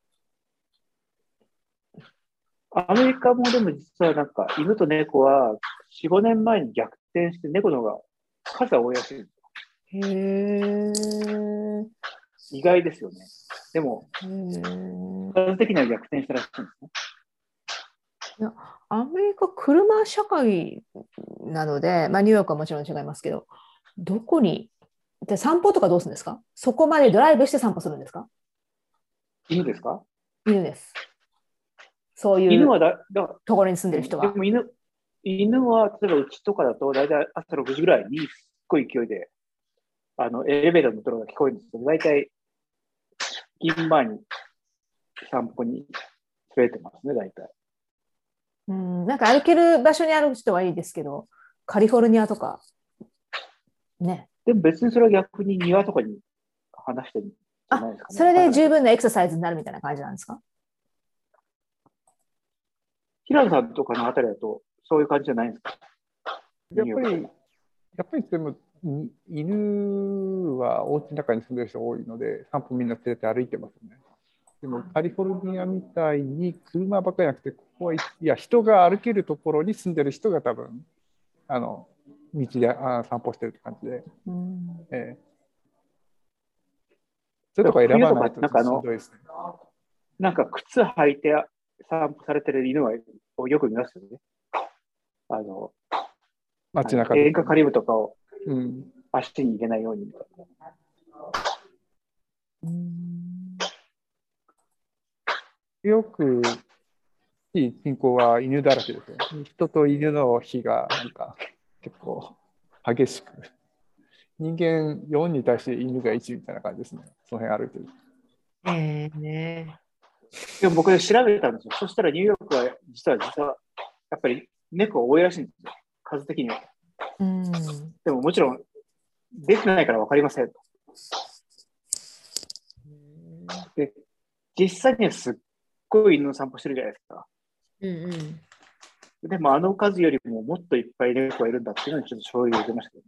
アメリカもでも実はなんか犬と猫はよん、ごねんまえに逆転して猫の方が数は多いらしいんですよ。 へー。 意外ですよね。でも、 へー。 数的には逆転したらしいんですね。 いや、アメリカ車社会なので、まあ、ニューヨークはもちろん違いますけど、どこに、で散歩とかどうするんですか？そこまでドライブして散歩するんですか？ 犬ですか？ 犬です。そういう犬はだだところに住んでる人は。 でも犬、犬は例えばうちとかだと大体朝ろくじぐらいにすっごい勢いであのエレベーターの音が聞こえるんですけど、大体勤前に散歩に連れてますね、大体。 うん、なんか歩ける場所にある人はいいですけど、カリフォルニアとか、ね。 でも別にそれは逆に庭とかに話してるんじゃないですかね。 それで十分なエクササイズになるみたいな感じなんですか？ 平野さんとかのあたりだと、そういう感じじゃないんですか？ やっぱり、やっぱりでも、い犬はお家の中に住んでる人多いので、散歩みんな連れて歩いてますね。でもカリフォルニアみたいに車ばっかりじゃなくて、ここはいや人が歩けるところに住んでる人が多分あの道であ散歩してるって感じで、 うんええ、そういうとこ選ばないとなんかあのしんどいですね。 なんか靴履いて散歩されてる犬はよく見ますよね。あの街中で塩化カリブとかをうん、 足に入れないようにみたいな。 うんよくいい近郊は犬だらけですよ。人と犬の比がなんか結構激しく。人間よんに対して犬がいちみたいな感じですね。その辺歩いてる。 えーね。 でも僕調べたんですよ。そしたらニューヨークは実は実はやっぱり猫多いらしいんですよ。数的には。 うんでももちろん出てないから分かりませんと。で実際にはすっごい犬の散歩してるじゃないですか。 うんうん。 でもあの数よりももっといっぱい猫がいるんだっていうのにちょっと衝撃を受けましたけど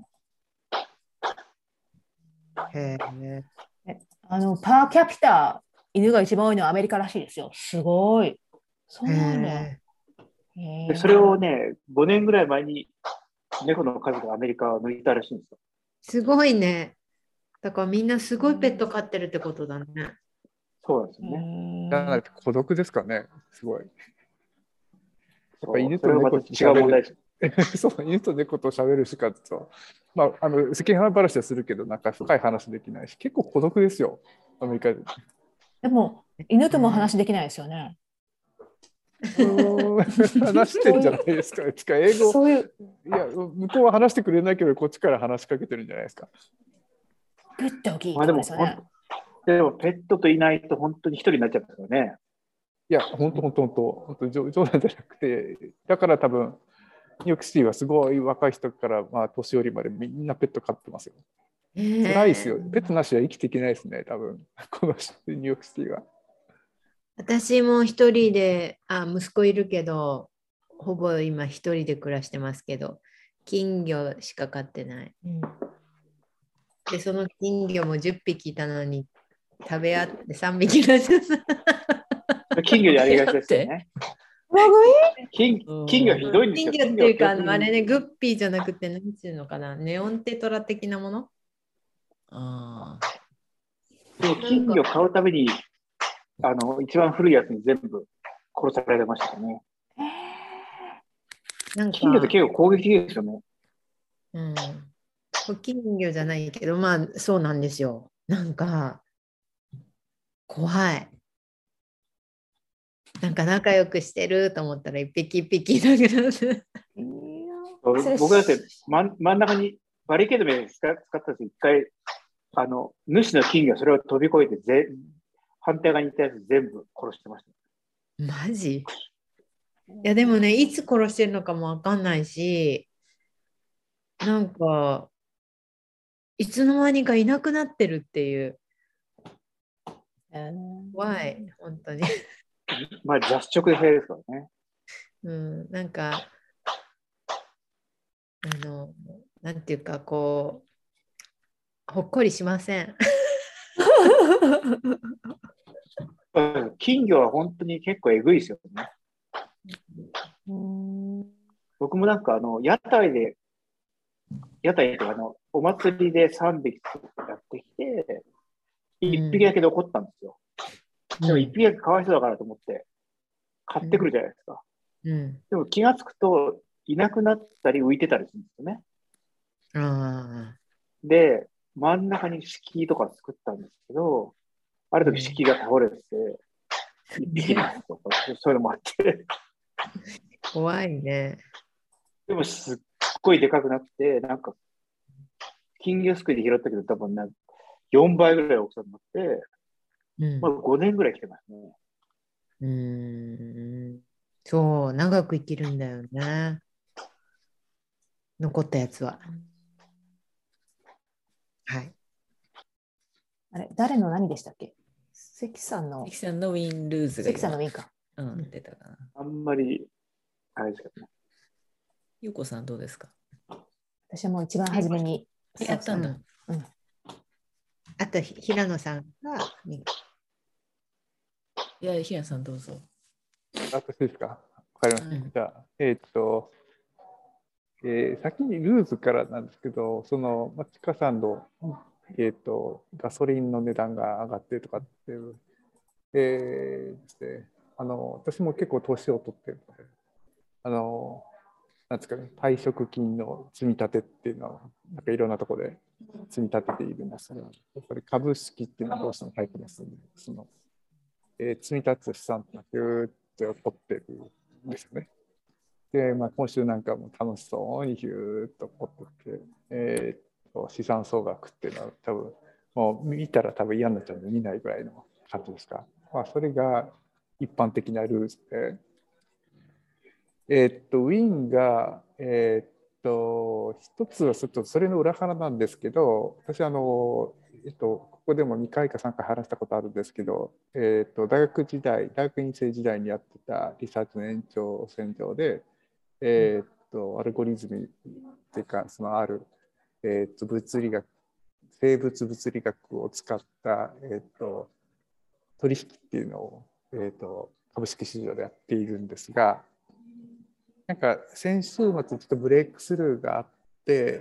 ね。 へえ。 えあのパーキャピタ犬が一番多いのはアメリカらしいですよ。すごい。そうなんだ。 へへーでそれをね、ごねんぐらい前に猫の数がアメリカを抜いたらしいんですよ。 すごいね。だからみんなすごいペット飼ってるってことだね。 そうなんですよね。 へーだから孤独ですかね。すごい。やっぱ犬それはまと猫とた違う問題喋です。 る。そう、犬と猫と喋るしかと、まあ、あの世間話はするけど、なんか深い話できないし、結構孤独ですよ、アメリカで。 でも犬とも話できないですよね。 うーん話してんじゃないですか。つか英語そういういや、向こうは話してくれないけど、こっちから話しかけてるんじゃないですか。 グッて大きいまあでもとこですよね。 でもペットといないと本当に一人になっちゃうんですよね。 いや、本当、本当、本当、本当、冗冗談じゃなくて、だから多分、ニューヨークシティはすごい若い人から、まあ、年寄りまでみんなペット飼ってますよ。辛いですよ。ペットなしは生きていけないですね、多分、このニューヨークシティは。 私も一人で、あ、息子いるけど、ほぼ今一人で暮らしてますけど、金魚しか飼ってない。 うんで、その金魚もじゅっぴきいたのに食べ合ってさんびきになっちゃった。 金魚でありがちですよね。金金魚ひどいんですよ。 金魚っていうか、あ金魚のあれね、グッピーじゃなくて、何ていうのかな、ネオンテトラ的なもの。 あでも金魚買うためにあの一番古いやつに全部殺されましたね。 なんか金魚って結構攻撃的ですよね。 うん、金魚じゃないけど、まあそうなんですよ。なんか怖い。なんか仲良くしてると思ったら一匹一匹だけだって。 僕だって真ん真ん中にバリケードで使ったやつ一回、あの主の金魚はそれを飛び越えてぜ反対側に行ったやつ全部殺してました。 マジ？いやでもね、いつ殺してるのかもわかんないし、なんかいつの間にかいなくなってるっていう。怖い、本当に。 まあ雑食性ですからね。 うん、なんか、あの、なんていうか、こう、ほっこりしません。 金魚は本当に結構えぐいですよね。僕もなんかあの屋台で、屋台とかのお祭りでさんびきやってきて、いっぴきだけ残ったんですよ。でもいっぴきだけかわいそうだからと思って買ってくるじゃないですか。 うん、 でも気がつくといなくなったり浮いてたりするんですよね。 あで、真ん中に敷居とか作ったんですけど、ある時敷居が倒れて、いっぴきなんとか、そういうのもあって。 怖いね。 でもすっごいでかくなって、なんか、金魚すくいで拾ったけど、多分ね、よんばいぐらい大きさになって、 うんまあ、ごねんぐらい来てますね。 うーん、そう、長く生きるんだよね。残ったやつは。はい。 あれ、誰の何でしたっけ？関さんの関さんのウィン・ルーズが関さんのウィンか。 うん、出たかな。 あんまりあれですけどね。 ゆうこさんどうですか？ 私はもう一番初めにやったんだ。 うん、 あとひ平野さんがいや、ひやさんどうぞ。 私ですか？わかりました。 うんじゃあ、えーっと、えー先にルーズからなんですけど、その、まあ、地下さんの、えーっと、ガソリンの値段が上がってるとかっていう、えーですね、あの、私も結構年を取ってるので、あの、なんですかね、退職金の積み立てっていうのは、なんかいろんなところで積み立てているんですが、やっぱり株式っていうのはどうしても入ってますので、その、えー積み立つ資産っていうのはギューッと取ってるんですよね。で、まあ、今週なんかも楽しそうにヒューッと取ってて、えー、と資産総額っていうのは多分もう見たら多分嫌になっちゃうんで見ないぐらいの感じですか。まあ、それが一般的なルールで、えー、っとウィンが、えー、っと一つはちょっとそれの裏腹なんですけど、私あの、えっと、ここでもにかいかさんかい話したことあるんですけど、えー、っと大学時代大学院生時代にやってたリサーチの延長線上で、えー、っとアルゴリズムっていうかそのある、えー、っと物理学生物物理学を使った、えー、っと取引っていうのを、えー、っと株式市場でやっているんですが、なんか先週末ちょっとブレイクスルーがあって、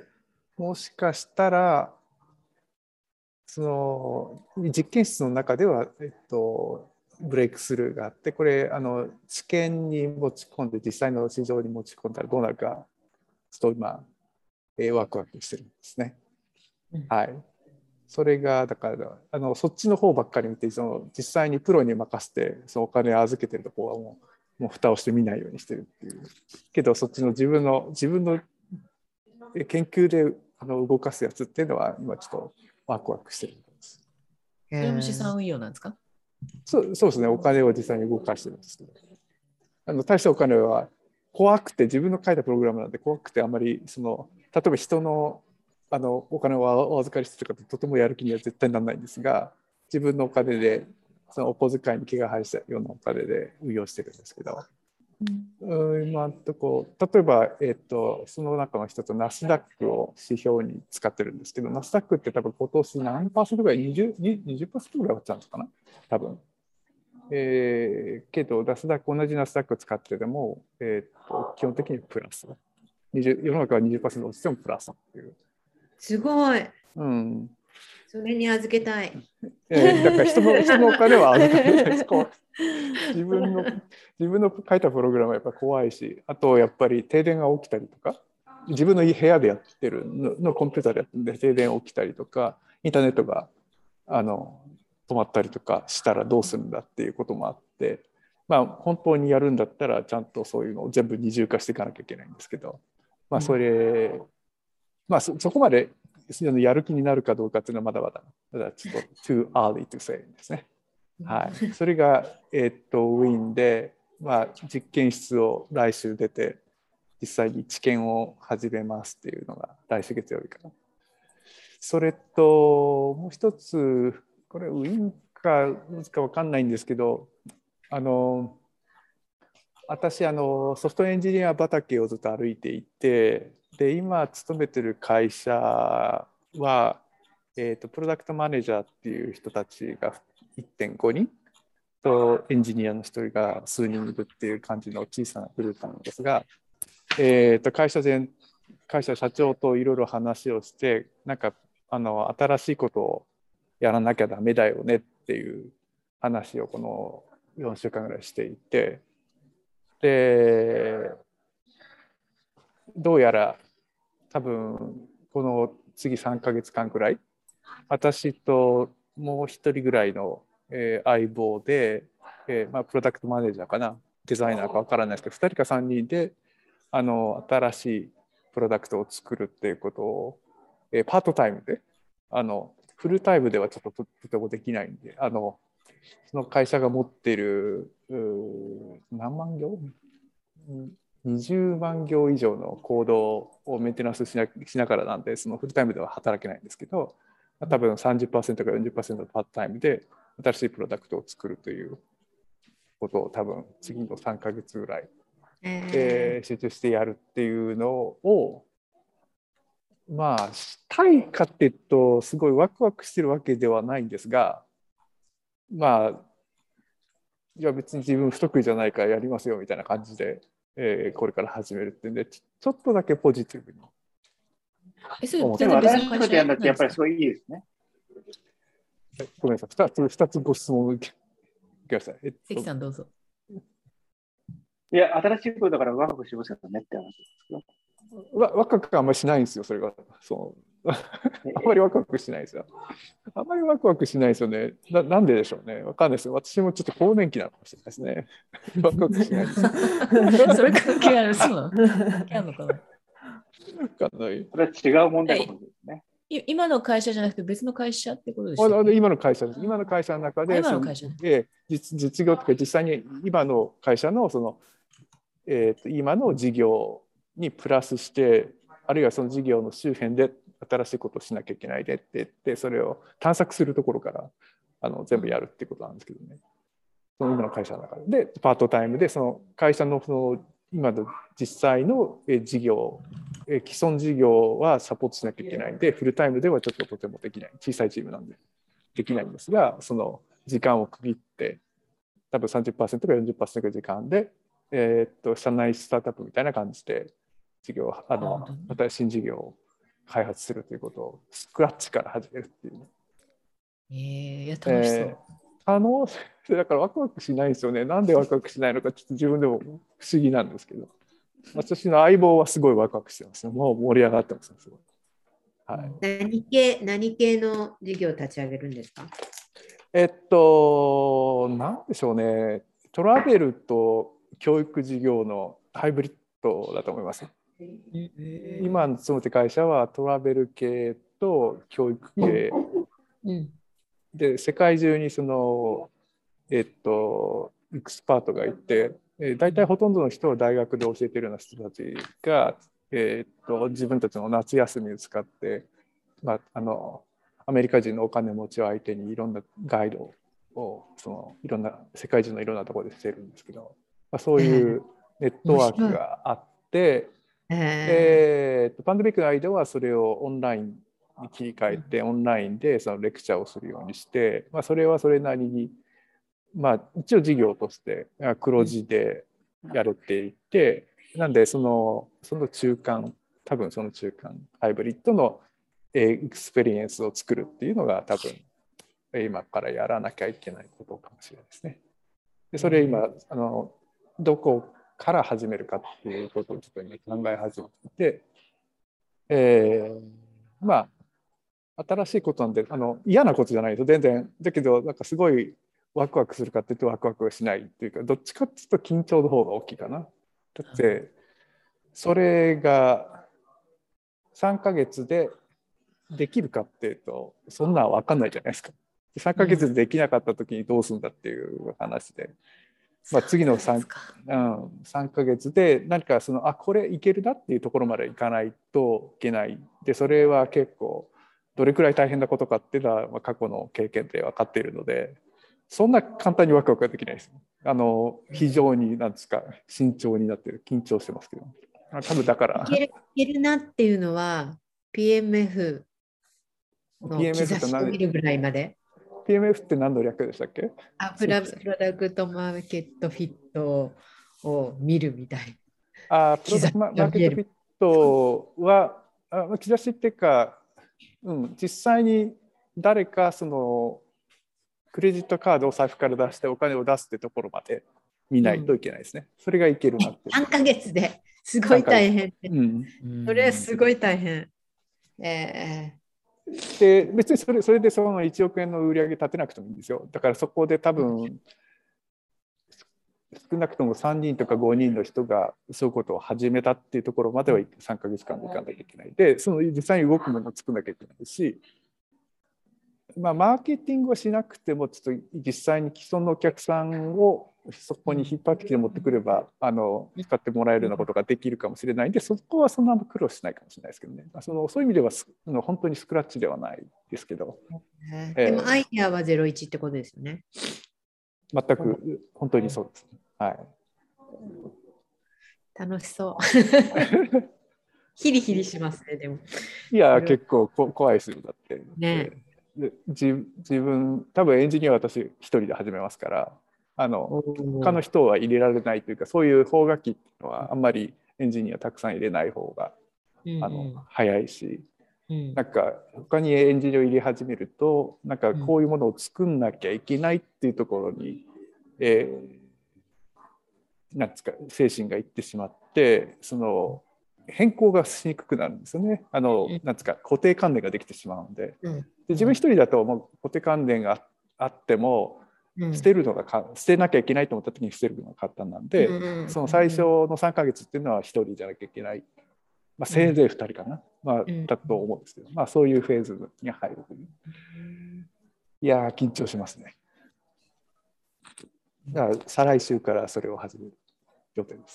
もしかしたらその実験室の中では、えっと、ブレイクスルーがあって、これあの治験に持ち込んで実際の市場に持ち込んだらどうなるかちょっと今、えー、ワクワクしてるんですね。 うん、 はい。それがだからあのそっちの方ばっかり見て、その実際にプロに任せてそのお金を預けてるところはもうもう蓋をして見ないようにしてるっていう。けどそっちの自分の自分の研究であの動かすやつっていうのは今ちょっとワクワクしてるんです。 それも資産運用なんですか？ そうそうですね、お金を実際に動かしてるんですけど、あの大したお金は怖くて、自分の書いたプログラムなんで怖くて、あんまりその例えば人のあのお金をお預かりしてる方とてもやる気には絶対ならないんですが、自分のお金でそのお小遣いに気が入したようなお金で運用してるんですけど、うん、今のとこ例えば、えー、とその中の一つナスダックを指標に使ってるんですけど、ナスダックって多分今年何パーセントぐらい 20%, 20%ぐらい上がっちゃうんですかな多分。えー、けどナスダック同じナスダックを使ってでも、えー、と基本的にプラス世の中は にじゅっパーセント 落ちてもプラスっていう。 すごい。 うん、 それに預けたい。 えー、だから人の人のお金は預かれないです。自分の自分の書いたプログラムはやっぱり怖いし、あとやっぱり停電が起きたりとか、自分の部屋でやってる の, のコンピューターでやってるんで停電起きたりとか、インターネットがあの止まったりとかしたらどうするんだっていうこともあって、まあ本当にやるんだったらちゃんとそういうのを全部二重化していかなきゃいけないんですけど、まあそれ、うん、まあ そ, そこまでやる気になるかどうかっていうのはまだまだまだちょっと too early to say ですね。はい、それが、えー、っとウィーンで、まあ、実験室を来週出て実際に治験を始めますっていうのが来週月曜日かな。それともう一つ、これウィーンかどうか分かんないんですけど、あの私あのソフトエンジニア畑をずっと歩いていて、で今勤めてる会社は、えー、とプロダクトマネージャーっていう人たちがいってんごにんとエンジニアの一人が数人いるっていう感じの小さなグループなんですが、えー、と会社全会社社長といろいろ話をして、なんかあの新しいことをやらなきゃダメだよねっていう話をこのよんしゅうかんぐらいしていて、でどうやら多分この次さんかげつかんくらい私ともう一人ぐらいの、えー、相棒で、えーまあ、プロダクトマネージャーかなデザイナーか分からないですけどふたりかさんにんであの新しいプロダクトを作るっていうことを、えー、パートタイムであのフルタイムではちょっと と, とてもできないんで、あのその会社が持っている何万行にじゅうまん行以上のコードをメンテナンスし な, しながらなんで、そのフルタイムでは働けないんですけど、多分 さんじゅっパーセント か よんじゅっパーセント のパートタイムで新しいプロダクトを作るということを多分次のさんかげつぐらいえー、集中してやるっていうのをまあしたいかっていうとすごいワクワクしてるわけではないんですが、まあいや別に自分不得意じゃないからやりますよみたいな感じで、えー、これから始めるっていうんでちょっとだけポジティブに。 え、それでも新しいことやるんだってやっぱりすごいいいですね。 ごめんなさい、ふたつ、ふたつご質問受けました。えっと、 関さんどうぞ。 いや、新しいことだからワクワクしますよねって話ですけど。 わワクワクあんまりしないんですよ、それが。そうあんまりワクワクしないですよ。あんまりワクワクしないですよね。な, なんででしょうね。わかんないですよ。私もちょっと更年期なのかもしれないですね。ワクワクしないです。 それ関係ある、そうなの関係あるのかな。 わかんない。 それは違う問題かもしれないですね。 今の会社じゃなくて別の会社ってことでしたっけ？ 今の会社です。今の会社の中で、 今の会社、ね、 え実, 実業とか実際に今の会社のその、えー、と今の事業にプラスして、あるいはその事業の周辺で新しいことをしなきゃいけないでって言って、それを探索するところからあの全部やるっていうことなんですけどね。その今の会社の中で。で、パートタイムでその会社のその今の実際の事業、既存事業はサポートしなきゃいけないんで、フルタイムではちょっととてもできない。小さいチームなんでできないんですが、その時間を区切って、多分 さんじゅっパーセント か よんじゅっパーセント の時間で、えー、っと社内スタートアップみたいな感じで事業、あの新しい事業を開発するということをスクラッチから始めるっていう、ね。 えー、いや楽しそう。えー、あのだからワクワクしないですよね。なんでワクワクしないのかちょっと自分でも不思議なんですけど、私の相棒はすごいワクワクしてます。もう盛り上がってます、ね、すごい。はい、 何系、何系の事業を立ち上げるんですか？ えっと、なんでしょうね。トラベルと教育事業のハイブリッドだと思います。今の勤めて会社はトラベル系と教育系、うんうん、で世界中にそのえっとエクスパートがいて、大体ほとんどの人は大学で教えているような人たちが、えっと自分たちの夏休みを使って、まあ、あのアメリカ人のお金持ちを相手にいろんなガイドをそのいろんな世界中のいろんなところでしてるんですけど、まあ、そういうネットワークがあって、えー、パンデミックの間はそれをオンラインに切り替えて、オンラインでそのレクチャーをするようにして、まあ、それはそれなりに、まあ、一応事業として黒字でやれていて、なんでそのその中間、多分その中間ハイブリッドのエクスペリエンスを作るっていうのが多分今からやらなきゃいけないことかもしれないですね。でそれ今あのどこから始めるかっていうことをちょっと今考え始めていて、えー、まあ新しいことなんであの嫌なことじゃないと全然だけどなんかすごいワクワクするかっていうとワクワクはしないっていうか、どっちかっていうと緊張の方が大きいかな。だってそれがさんかげつでできるかっていうとそんなん分かんないじゃないですか。さんかげつでできなかった時にどうするんだっていう話で、まあ、次の 3, うん、さんかげつで何かそのあこれいけるなっていうところまでいかないといけない。でそれは結構どれくらい大変なことかっていうのは過去の経験で分かっているので、そんな簡単にワクワクはできないです。あの非常になんですか慎重になってる、緊張してますけど、多分だからいける、いけるなっていうのは ピーエムエフ の兆しを見るぐらいまで。 ピーエムエフ って何の略でしたっけ？ あプラプロダクトマーケットフィットを見るみたい。 あプロダクトマーケットフィットはあ兆しっていうか、うん、実際に誰かそのクレジットカードを財布から出してお金を出すってところまで見ないといけないですね。うん、それがいけるなって。 さんかげつですごい大変。うん、それはすごい大変。えー、で別にそれ、それでそのいちおくえんの売り上げ立てなくてもいいんですよ。だからそこで多分少なくともさんにんとかごにんの人がそういうことを始めたっていうところまではさんかげつかんでいかなきゃいけない。でその実際に動くものを作らなきゃいけないし、まあ、マーケティングをしなくてもちょっと実際に既存のお客さんをそこに引っ張ってきて持ってくればあの使ってもらえるようなことができるかもしれないんで、そこはそんな苦労しないかもしれないですけどね。そのそういう意味では本当にスクラッチではないですけど、 えー、でもアイデアはゼロイチってことですよね。 全く本当にそうです、ね。はい。 楽しそう。ヒリヒリしますね、でも。 いや、結構こ怖いですよ、だって。 ねで自自分、多分エンジニアは私一人で始めますから、あの他の人は入れられないというか、そういう方書きっていうのはあんまりエンジニアたくさん入れない方が、うんうん、あの早いし、うん、なんか他にエンジニアを入れ始めると、なんかこういうものを作んなきゃいけないっていうところに、うんえー、なんですか精神がいってしまって、その変更がしにくくなるんですよね。あの、うん、なんですか固定観念ができてしまうので、うん、で自分一人だともう固定観念があっても、うん、捨てるのがか捨てなきゃいけないと思った時に捨てるのが簡単なんで、うん、その最初のさんかげつっていうのは一人じゃなきゃいけない、まあ、せいぜいふたりかな、まあ、だと思うんですけど、まあ、そういうフェーズに入るという。いやー緊張しますね。だから再来週からそれを始める予定です。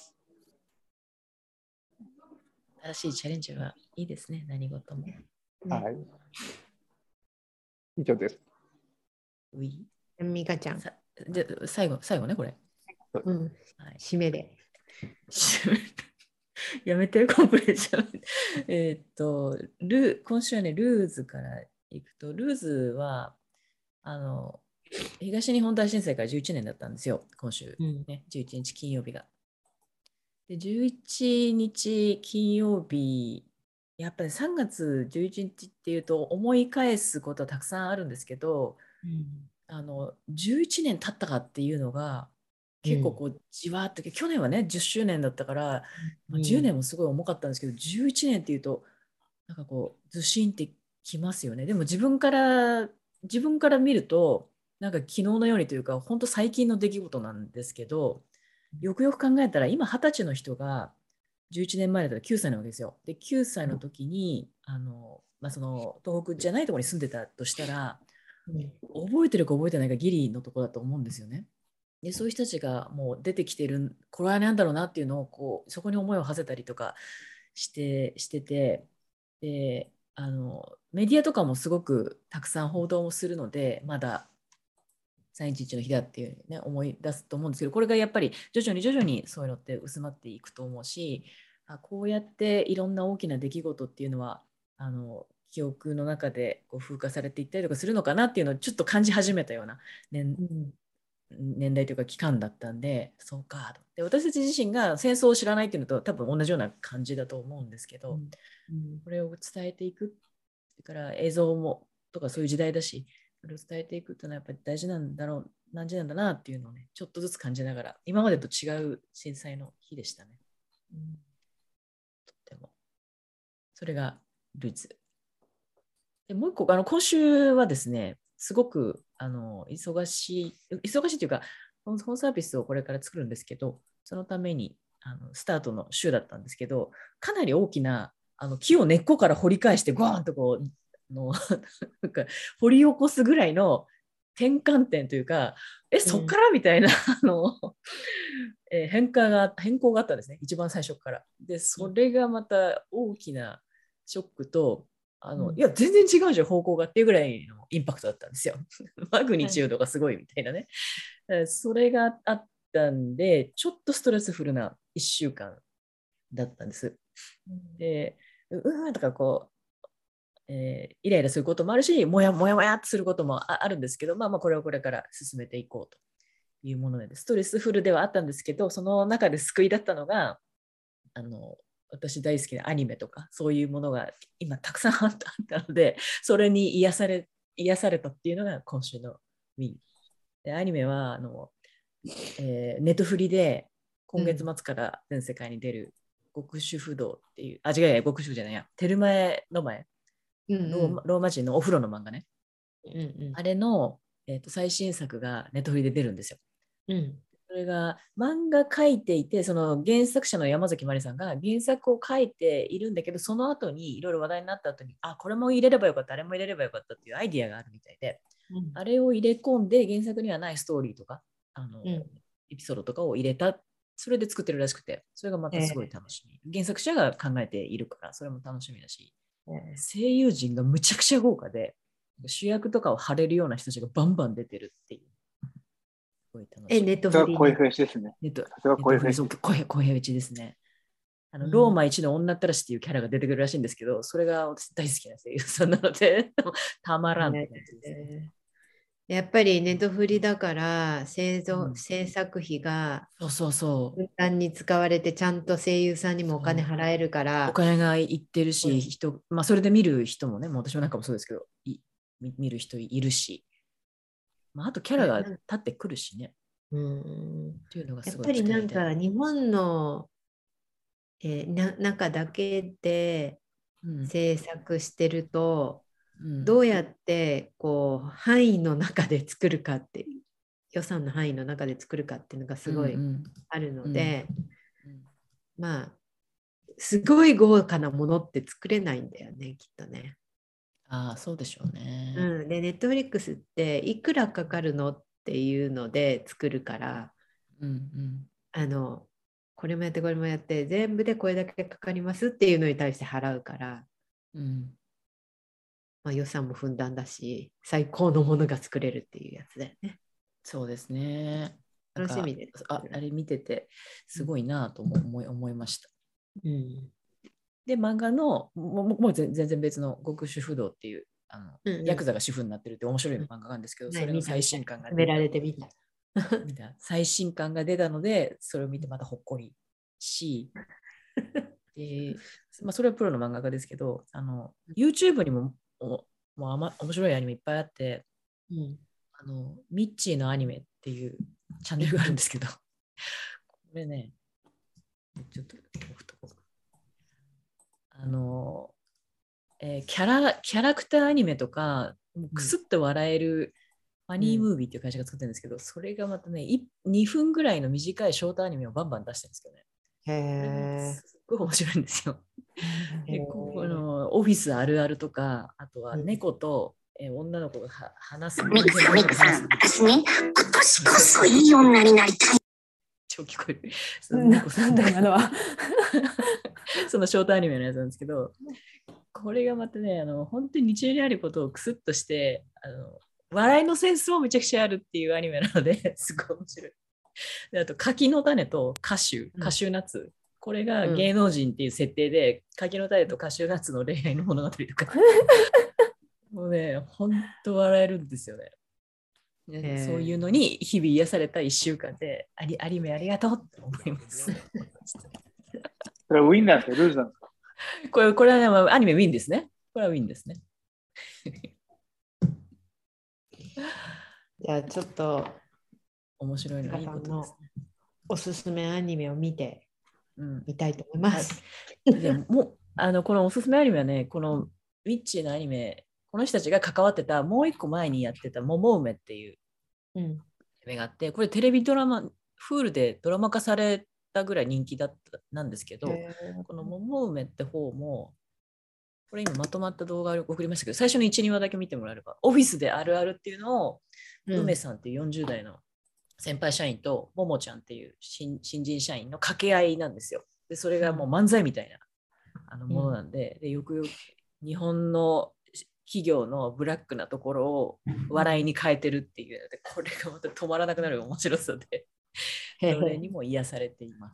新しいチャレンジはいいですね、何事も。 はい。以上です。 うい。ミカちゃん。 じゃ最後、最後ね、これ。 うん。はい、締めで。 やめて、コンプレッション。えっと、ル今週はね、ルーズからいくと、ルーズは、あの、東日本大震災からじゅういちねんだったんですよ、今週、うんね、じゅういちにち金曜日が。でじゅういちにち金曜日、やっぱりさんがつじゅういちにちっていうと思い返すことはたくさんあるんですけど、うん、あのじゅういちねん経ったかっていうのが結構こうじわーって、うん、去年はねじゅっしゅうねんだったから、うん、じゅうねんもすごい重かったんですけど、じゅういちねんっていうとなんかこうずしんってきますよね。でも自分から自分から見るとなんか昨日のようにというか本当最近の出来事なんですけど、よくよく考えたら今はたちの人がじゅういちねんまえだったらきゅうさいなわけですよ。できゅうさいの時にあの、まあ、その東北じゃないところに住んでたとしたら、うん、覚えてるか覚えてないかギリのところだと思うんですよね。でそういう人たちがもう出てきてる、これは何だろうなっていうのをこうそこに思いを馳せたりとかしてしてて、であのメディアとかもすごくたくさん報道もするので、まださんいちいちの日だっていう、ね、思い出すと思うんですけど、これがやっぱり徐々に徐々にそういうのって薄まっていくと思うし、あこうやっていろんな大きな出来事っていうのはあの記憶の中でこう風化されていったりとかするのかなっていうのをちょっと感じ始めたような年、うん、年代というか期間だったんで、そうかで私たち自身が戦争を知らないっていうのと多分同じような感じだと思うんですけど、うんうん、これを伝えていく、それから映像もとかそういう時代だし、それを伝えていくっていうのはやっぱり大事なんだろう、大事なんだなっていうのをね、ちょっとずつ感じながら、今までと違う震災の日でしたね。うん、とっても。それがルーツ。でもう一個、あの今週はですね、すごくあの忙しい、忙しいというか、本サービスをこれから作るんですけど、そのためにあのスタートの週だったんですけど、かなり大きなあの木を根っこから掘り返して、ゴーンとこう、のなんか掘り起こすぐらいの転換点というか、え、そっからみたいな、あの、えー、変化が、変更があったんですね、一番最初から。で、それがまた大きなショックと、あの、うん、いや、全然違うじゃん、方向がっていうぐらいのインパクトだったんですよ。マグニチュードがすごいみたいなね。はい、それがあったんで、ちょっとストレスフルないっしゅうかんだったんです。で、うーんとかこう、えー、イライラすることもあるし、もやもやもやっとすることもあるんですけど、まあまあこれをこれから進めていこうというもので、ストレスフルではあったんですけど、その中で救いだったのが、あの、私大好きなアニメとか、そういうものが今たくさんあったので、それに癒され、癒されたっていうのが今週のウィン。でアニメは、あの、えー、ネットフリで今月末から全世界に出る極主不動っていう、あ、違うや、極主じゃないや、テルマエの前、うんうん、ローマ、ローマ人のお風呂の漫画ね。うんうん、あれの、えーと、最新作がネットフリで出るんですよ。うん、それが漫画書いていて、その原作者の山崎まりさんが原作を書いているんだけど、その後にいろいろ話題になった後に、あ、これも入れればよかった、あれも入れればよかったっていうアイディアがあるみたいで、うん、あれを入れ込んで原作にはないストーリーとか、あの、うん、エピソードとかを入れた、それで作ってるらしくて、それがまたすごい楽しみ。えー、原作者が考えているから、それも楽しみだし、えー、声優陣がむちゃくちゃ豪華で、主役とかを張れるような人たちがバンバン出てるっていう。すごい楽しみ。 え、ネットフリー。 声フェチですね。 ネットフリー。声フェチですね。 あのローマ一の女ったらしっていうキャラが出てくるらしいんですけど、それが私大好きな声優さんなのでたまらんって感じですね。 やっぱりネットフリだから製造、 うん制作費がそうそうそう。 分担に使われてちゃんと声優さんにもお金払えるからお金がいってるし、 うん人、まあ、それで見る人もね、もう私もなんかもそうですけど、い見見る人いるし、まあ、あとキャラが立ってくるしね。 うんっていうのがやっすごいぱりなん使いたいか日本の、えーな中だけでうん制作してると、 うんどうやってこう範囲の中で作るかって予算の範囲の中で作るかっていうのがすごいうんあるので、 うんうんまあすごい豪華なものって作れないんだよねきっとね。 ああ、そうでしょうね。 うん、でネットフリックスっていくらかかるのっていうので作るからうんうんあのこれもやってこれもやって全部でこれだけかかりますっていうのに対して払うから、 うんまあ、予算もふんだんだし最高のものが作れるっていうやつだよね。 そうですね。なんか楽しみです。 ああれ見ててすごいなとも思い思いました。 うんで、漫画のもうもうもう全全然別の極主不動っていうあの、 うんうんヤクザが主婦になってるって面白い漫画があるんですけど、 うんそれの最新刊が決められてみた。 見た最新刊が出たので、それを見てまたほっこりし、でまあ、それはプロの漫画家ですけど、あの YouTube にもおもうあま面白いアニメいっぱいあって、 うんあのミッチーのアニメっていうチャンネルがあるんですけど、これね、ちょっと置くとこあの、えーキャラ、キャラクターアニメとか、くすっと笑えるファニームービーっていう会社が作ってるんですけど、それがまたね、にふんぐらいの短いショートアニメをバンバン出してるんですけどね。 へすっごい面白いんですよ。 え。 でここのオフィスあるあるとか、あとは猫と、えー女の子がは話す。 ミキさん、ミキさん、私ね、今年こそいい女になりたい。 超聞こえる。そうんの猫さんとか今のはそのショートアニメのやつなんですけど、これがまたね、あの本当に日常にあることをクスッとして、あの笑いのセンスもめちゃくちゃあるっていうアニメなので、すごい面白い。であと、柿の種とカシュー、カシューナッツ。これが芸能人っていう設定で、柿の種とカシューナッツの恋愛の物語とか。もうね、本当笑えるんですよね。ねそういうのに日々癒されたいっしゅうかんで、アニアニメありがとうって思います。 それはウィンなんですか、ルーズなんですか。 これ、これは、ね、まあアニメウィンですね。これはウィンですね。 じゃあちょっと面白いのはいいことですね。 おすすめアニメを見てうん、 みたいと思います。 でもあのこのおすすめアニメはね、このウィッチーのアニメ、この人たちが関わってたもう一個前にやってた桃梅っていううん、 アニメがあって、これテレビドラマ、フールでドラマ化されたぐらい人気だったなんですけど、この桃梅って方も、これ今まとまった動画を送りましたけど、最初のいち、にわだけ見てもらえれば、オフィスであるあるっていうのを、 うん梅さんっていうよんじゅう代の先輩社員と、ももちゃんっていう新新人社員の掛け合いなんですよ。で、それがもう漫才みたいなあのものなんで、でよくよく日本の企業のブラックなところを笑いに変えてるっていうので、これがまた止まらなくなる面白さで、それにも癒されています。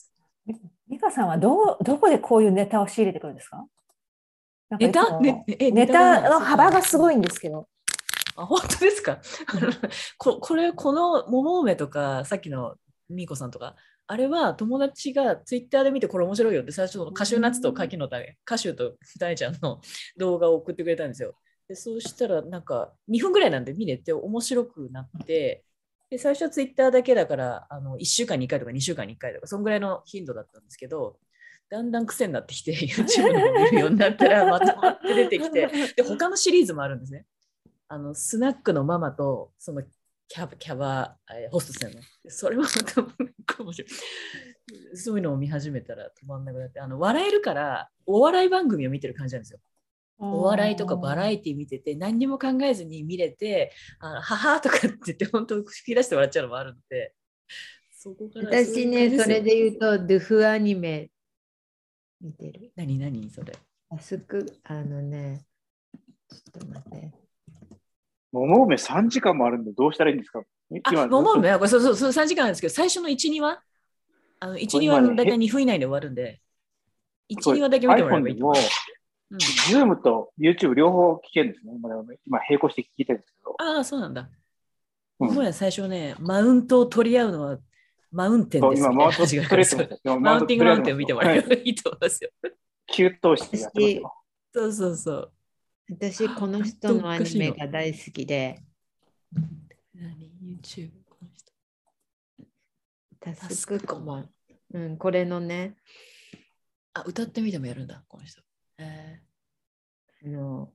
美香さんはどうどこでこういうネタを仕入れてくるんですか？なんかネタいつもねえネタの幅がすごいんですけど。 あ、本当ですか？こ, これ、この桃梅とか、さっきのみーこさんとか、あれは友達がツイッターで見てこれ面白いよって最初のカシューナッツと柿の種、カシューとダイちゃんの動画を送ってくれたんですよ。でそうしたらなんかにふんぐらいなんで見れて面白くなって、で最初はツイッターだけだからあのいっしゅうかんにいっかいとかにしゅうかんにいっかいとかそんぐらいの頻度だったんですけど、だんだん癖になってきて YouTube の方見るようになったらまとまって出てきて、で他のシリーズもあるんですね。あのスナックのママとそのキャバ、キャバホストさんのそれはまた面白い。そういうのを見始めたら止まんなくなって、あの笑えるからお笑い番組を見てる感じなんですよ。お笑いとかバラエティ見てて何にも考えずに見れて、あのははとかって言って本当吹き出して笑っちゃうのもあるので、そこから私ね、それで言うと、ドゥフアニメ見てる。 何何それ。 あすく、あのね、ちょっと待って。 桃梅さんじかんもあるんでどうしたらいいんですか？ あ、桃梅はこれそうそうそうさんじかんなんですけど、最初のいち、にわあのいち、にわだいたいにふん以内で終わるんで、 いち、にわだけ見てもらえばいい iPhone でも、 うん、 Zoom と YouTube 両方聞けるんですね。今、並行して聞いてるんですけど。 ああ、そうなんだ。 うん、 もや最初ね、マウントを取り合うのはマウンテンですみたいな話があるからマウンティングマウンテンを見てもらえばいいと思いますよ。 給湯室やってますよ。 そうそうそう。 私、この人のアニメが大好きで。 何 ?YouTube この人。 タスクコマン。うん、これのね。 あ、歌ってみてもやるんだ、この人。えー、あの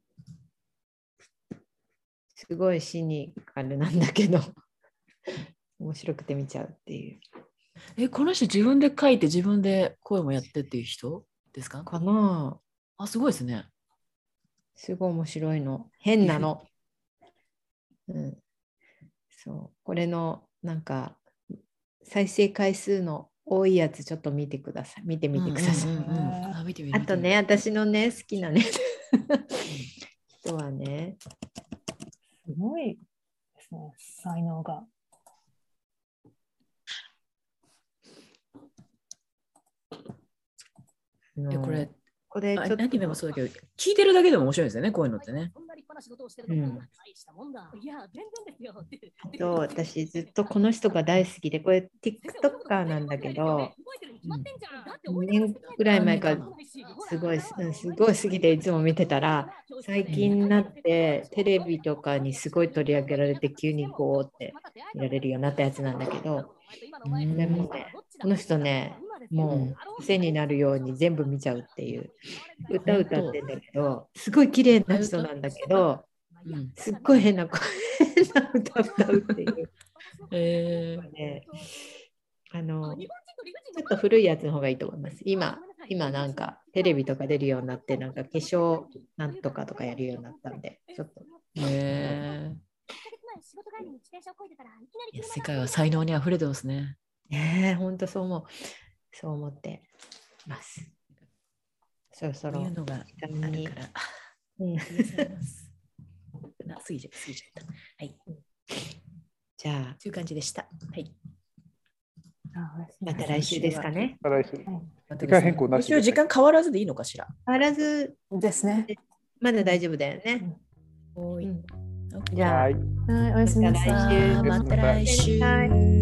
すごいシニカルなんだけど、面白くて見ちゃうっていう。 え、この人自分で書いて自分で声もやってっていう人ですか？ かなあ、すごいですね。 すごい面白いの。変なの。うん、そう。これのなんか再生回数の多いやつちょっと見てください。見てみてください。あとね、私のね、好きなね、人はね、 すごいですね、才能が。 え、これ、 これちょっとアニメもそうだけど、聞いてるだけでも面白いですよね、こういうのってね。 うん、と私ずっとこの人が大好きで、これ TikToker なんだけど、うん、にねんぐらい前からすごい、すごい好きでいつも見てたら、最近になってテレビとかにすごい取り上げられて急にこうって見られるようになったやつなんだけど、でもね、この人ね、もう癖になるように全部見ちゃうっていう。歌歌ってんだけど、すごい綺麗な人なんだけど、うん、すっごい変な声な歌歌うっていう。 えーね、あのちょっと古いやつの方がいいと思います。今、今なんかテレビとか出るようになって、なんか化粧なんとかとかやるようになったんで、ちょっと。 えー、いや世界は才能にあふれてますね。 ねえ、ほんとそう思う。そう思ってます。そろそろ。 そういうのがあるから。うん、過ぎちゃった、過ぎちゃった。はい。 じゃあ、 という感じでした。はい。 また来週ですかね。 来週。時間変更なし。 一応時間変わらずでいいのかしら。 変わらずですね。 まだ大丈夫だよね。 うん、 じゃあ、 はい、おやすみなさい。 また来週。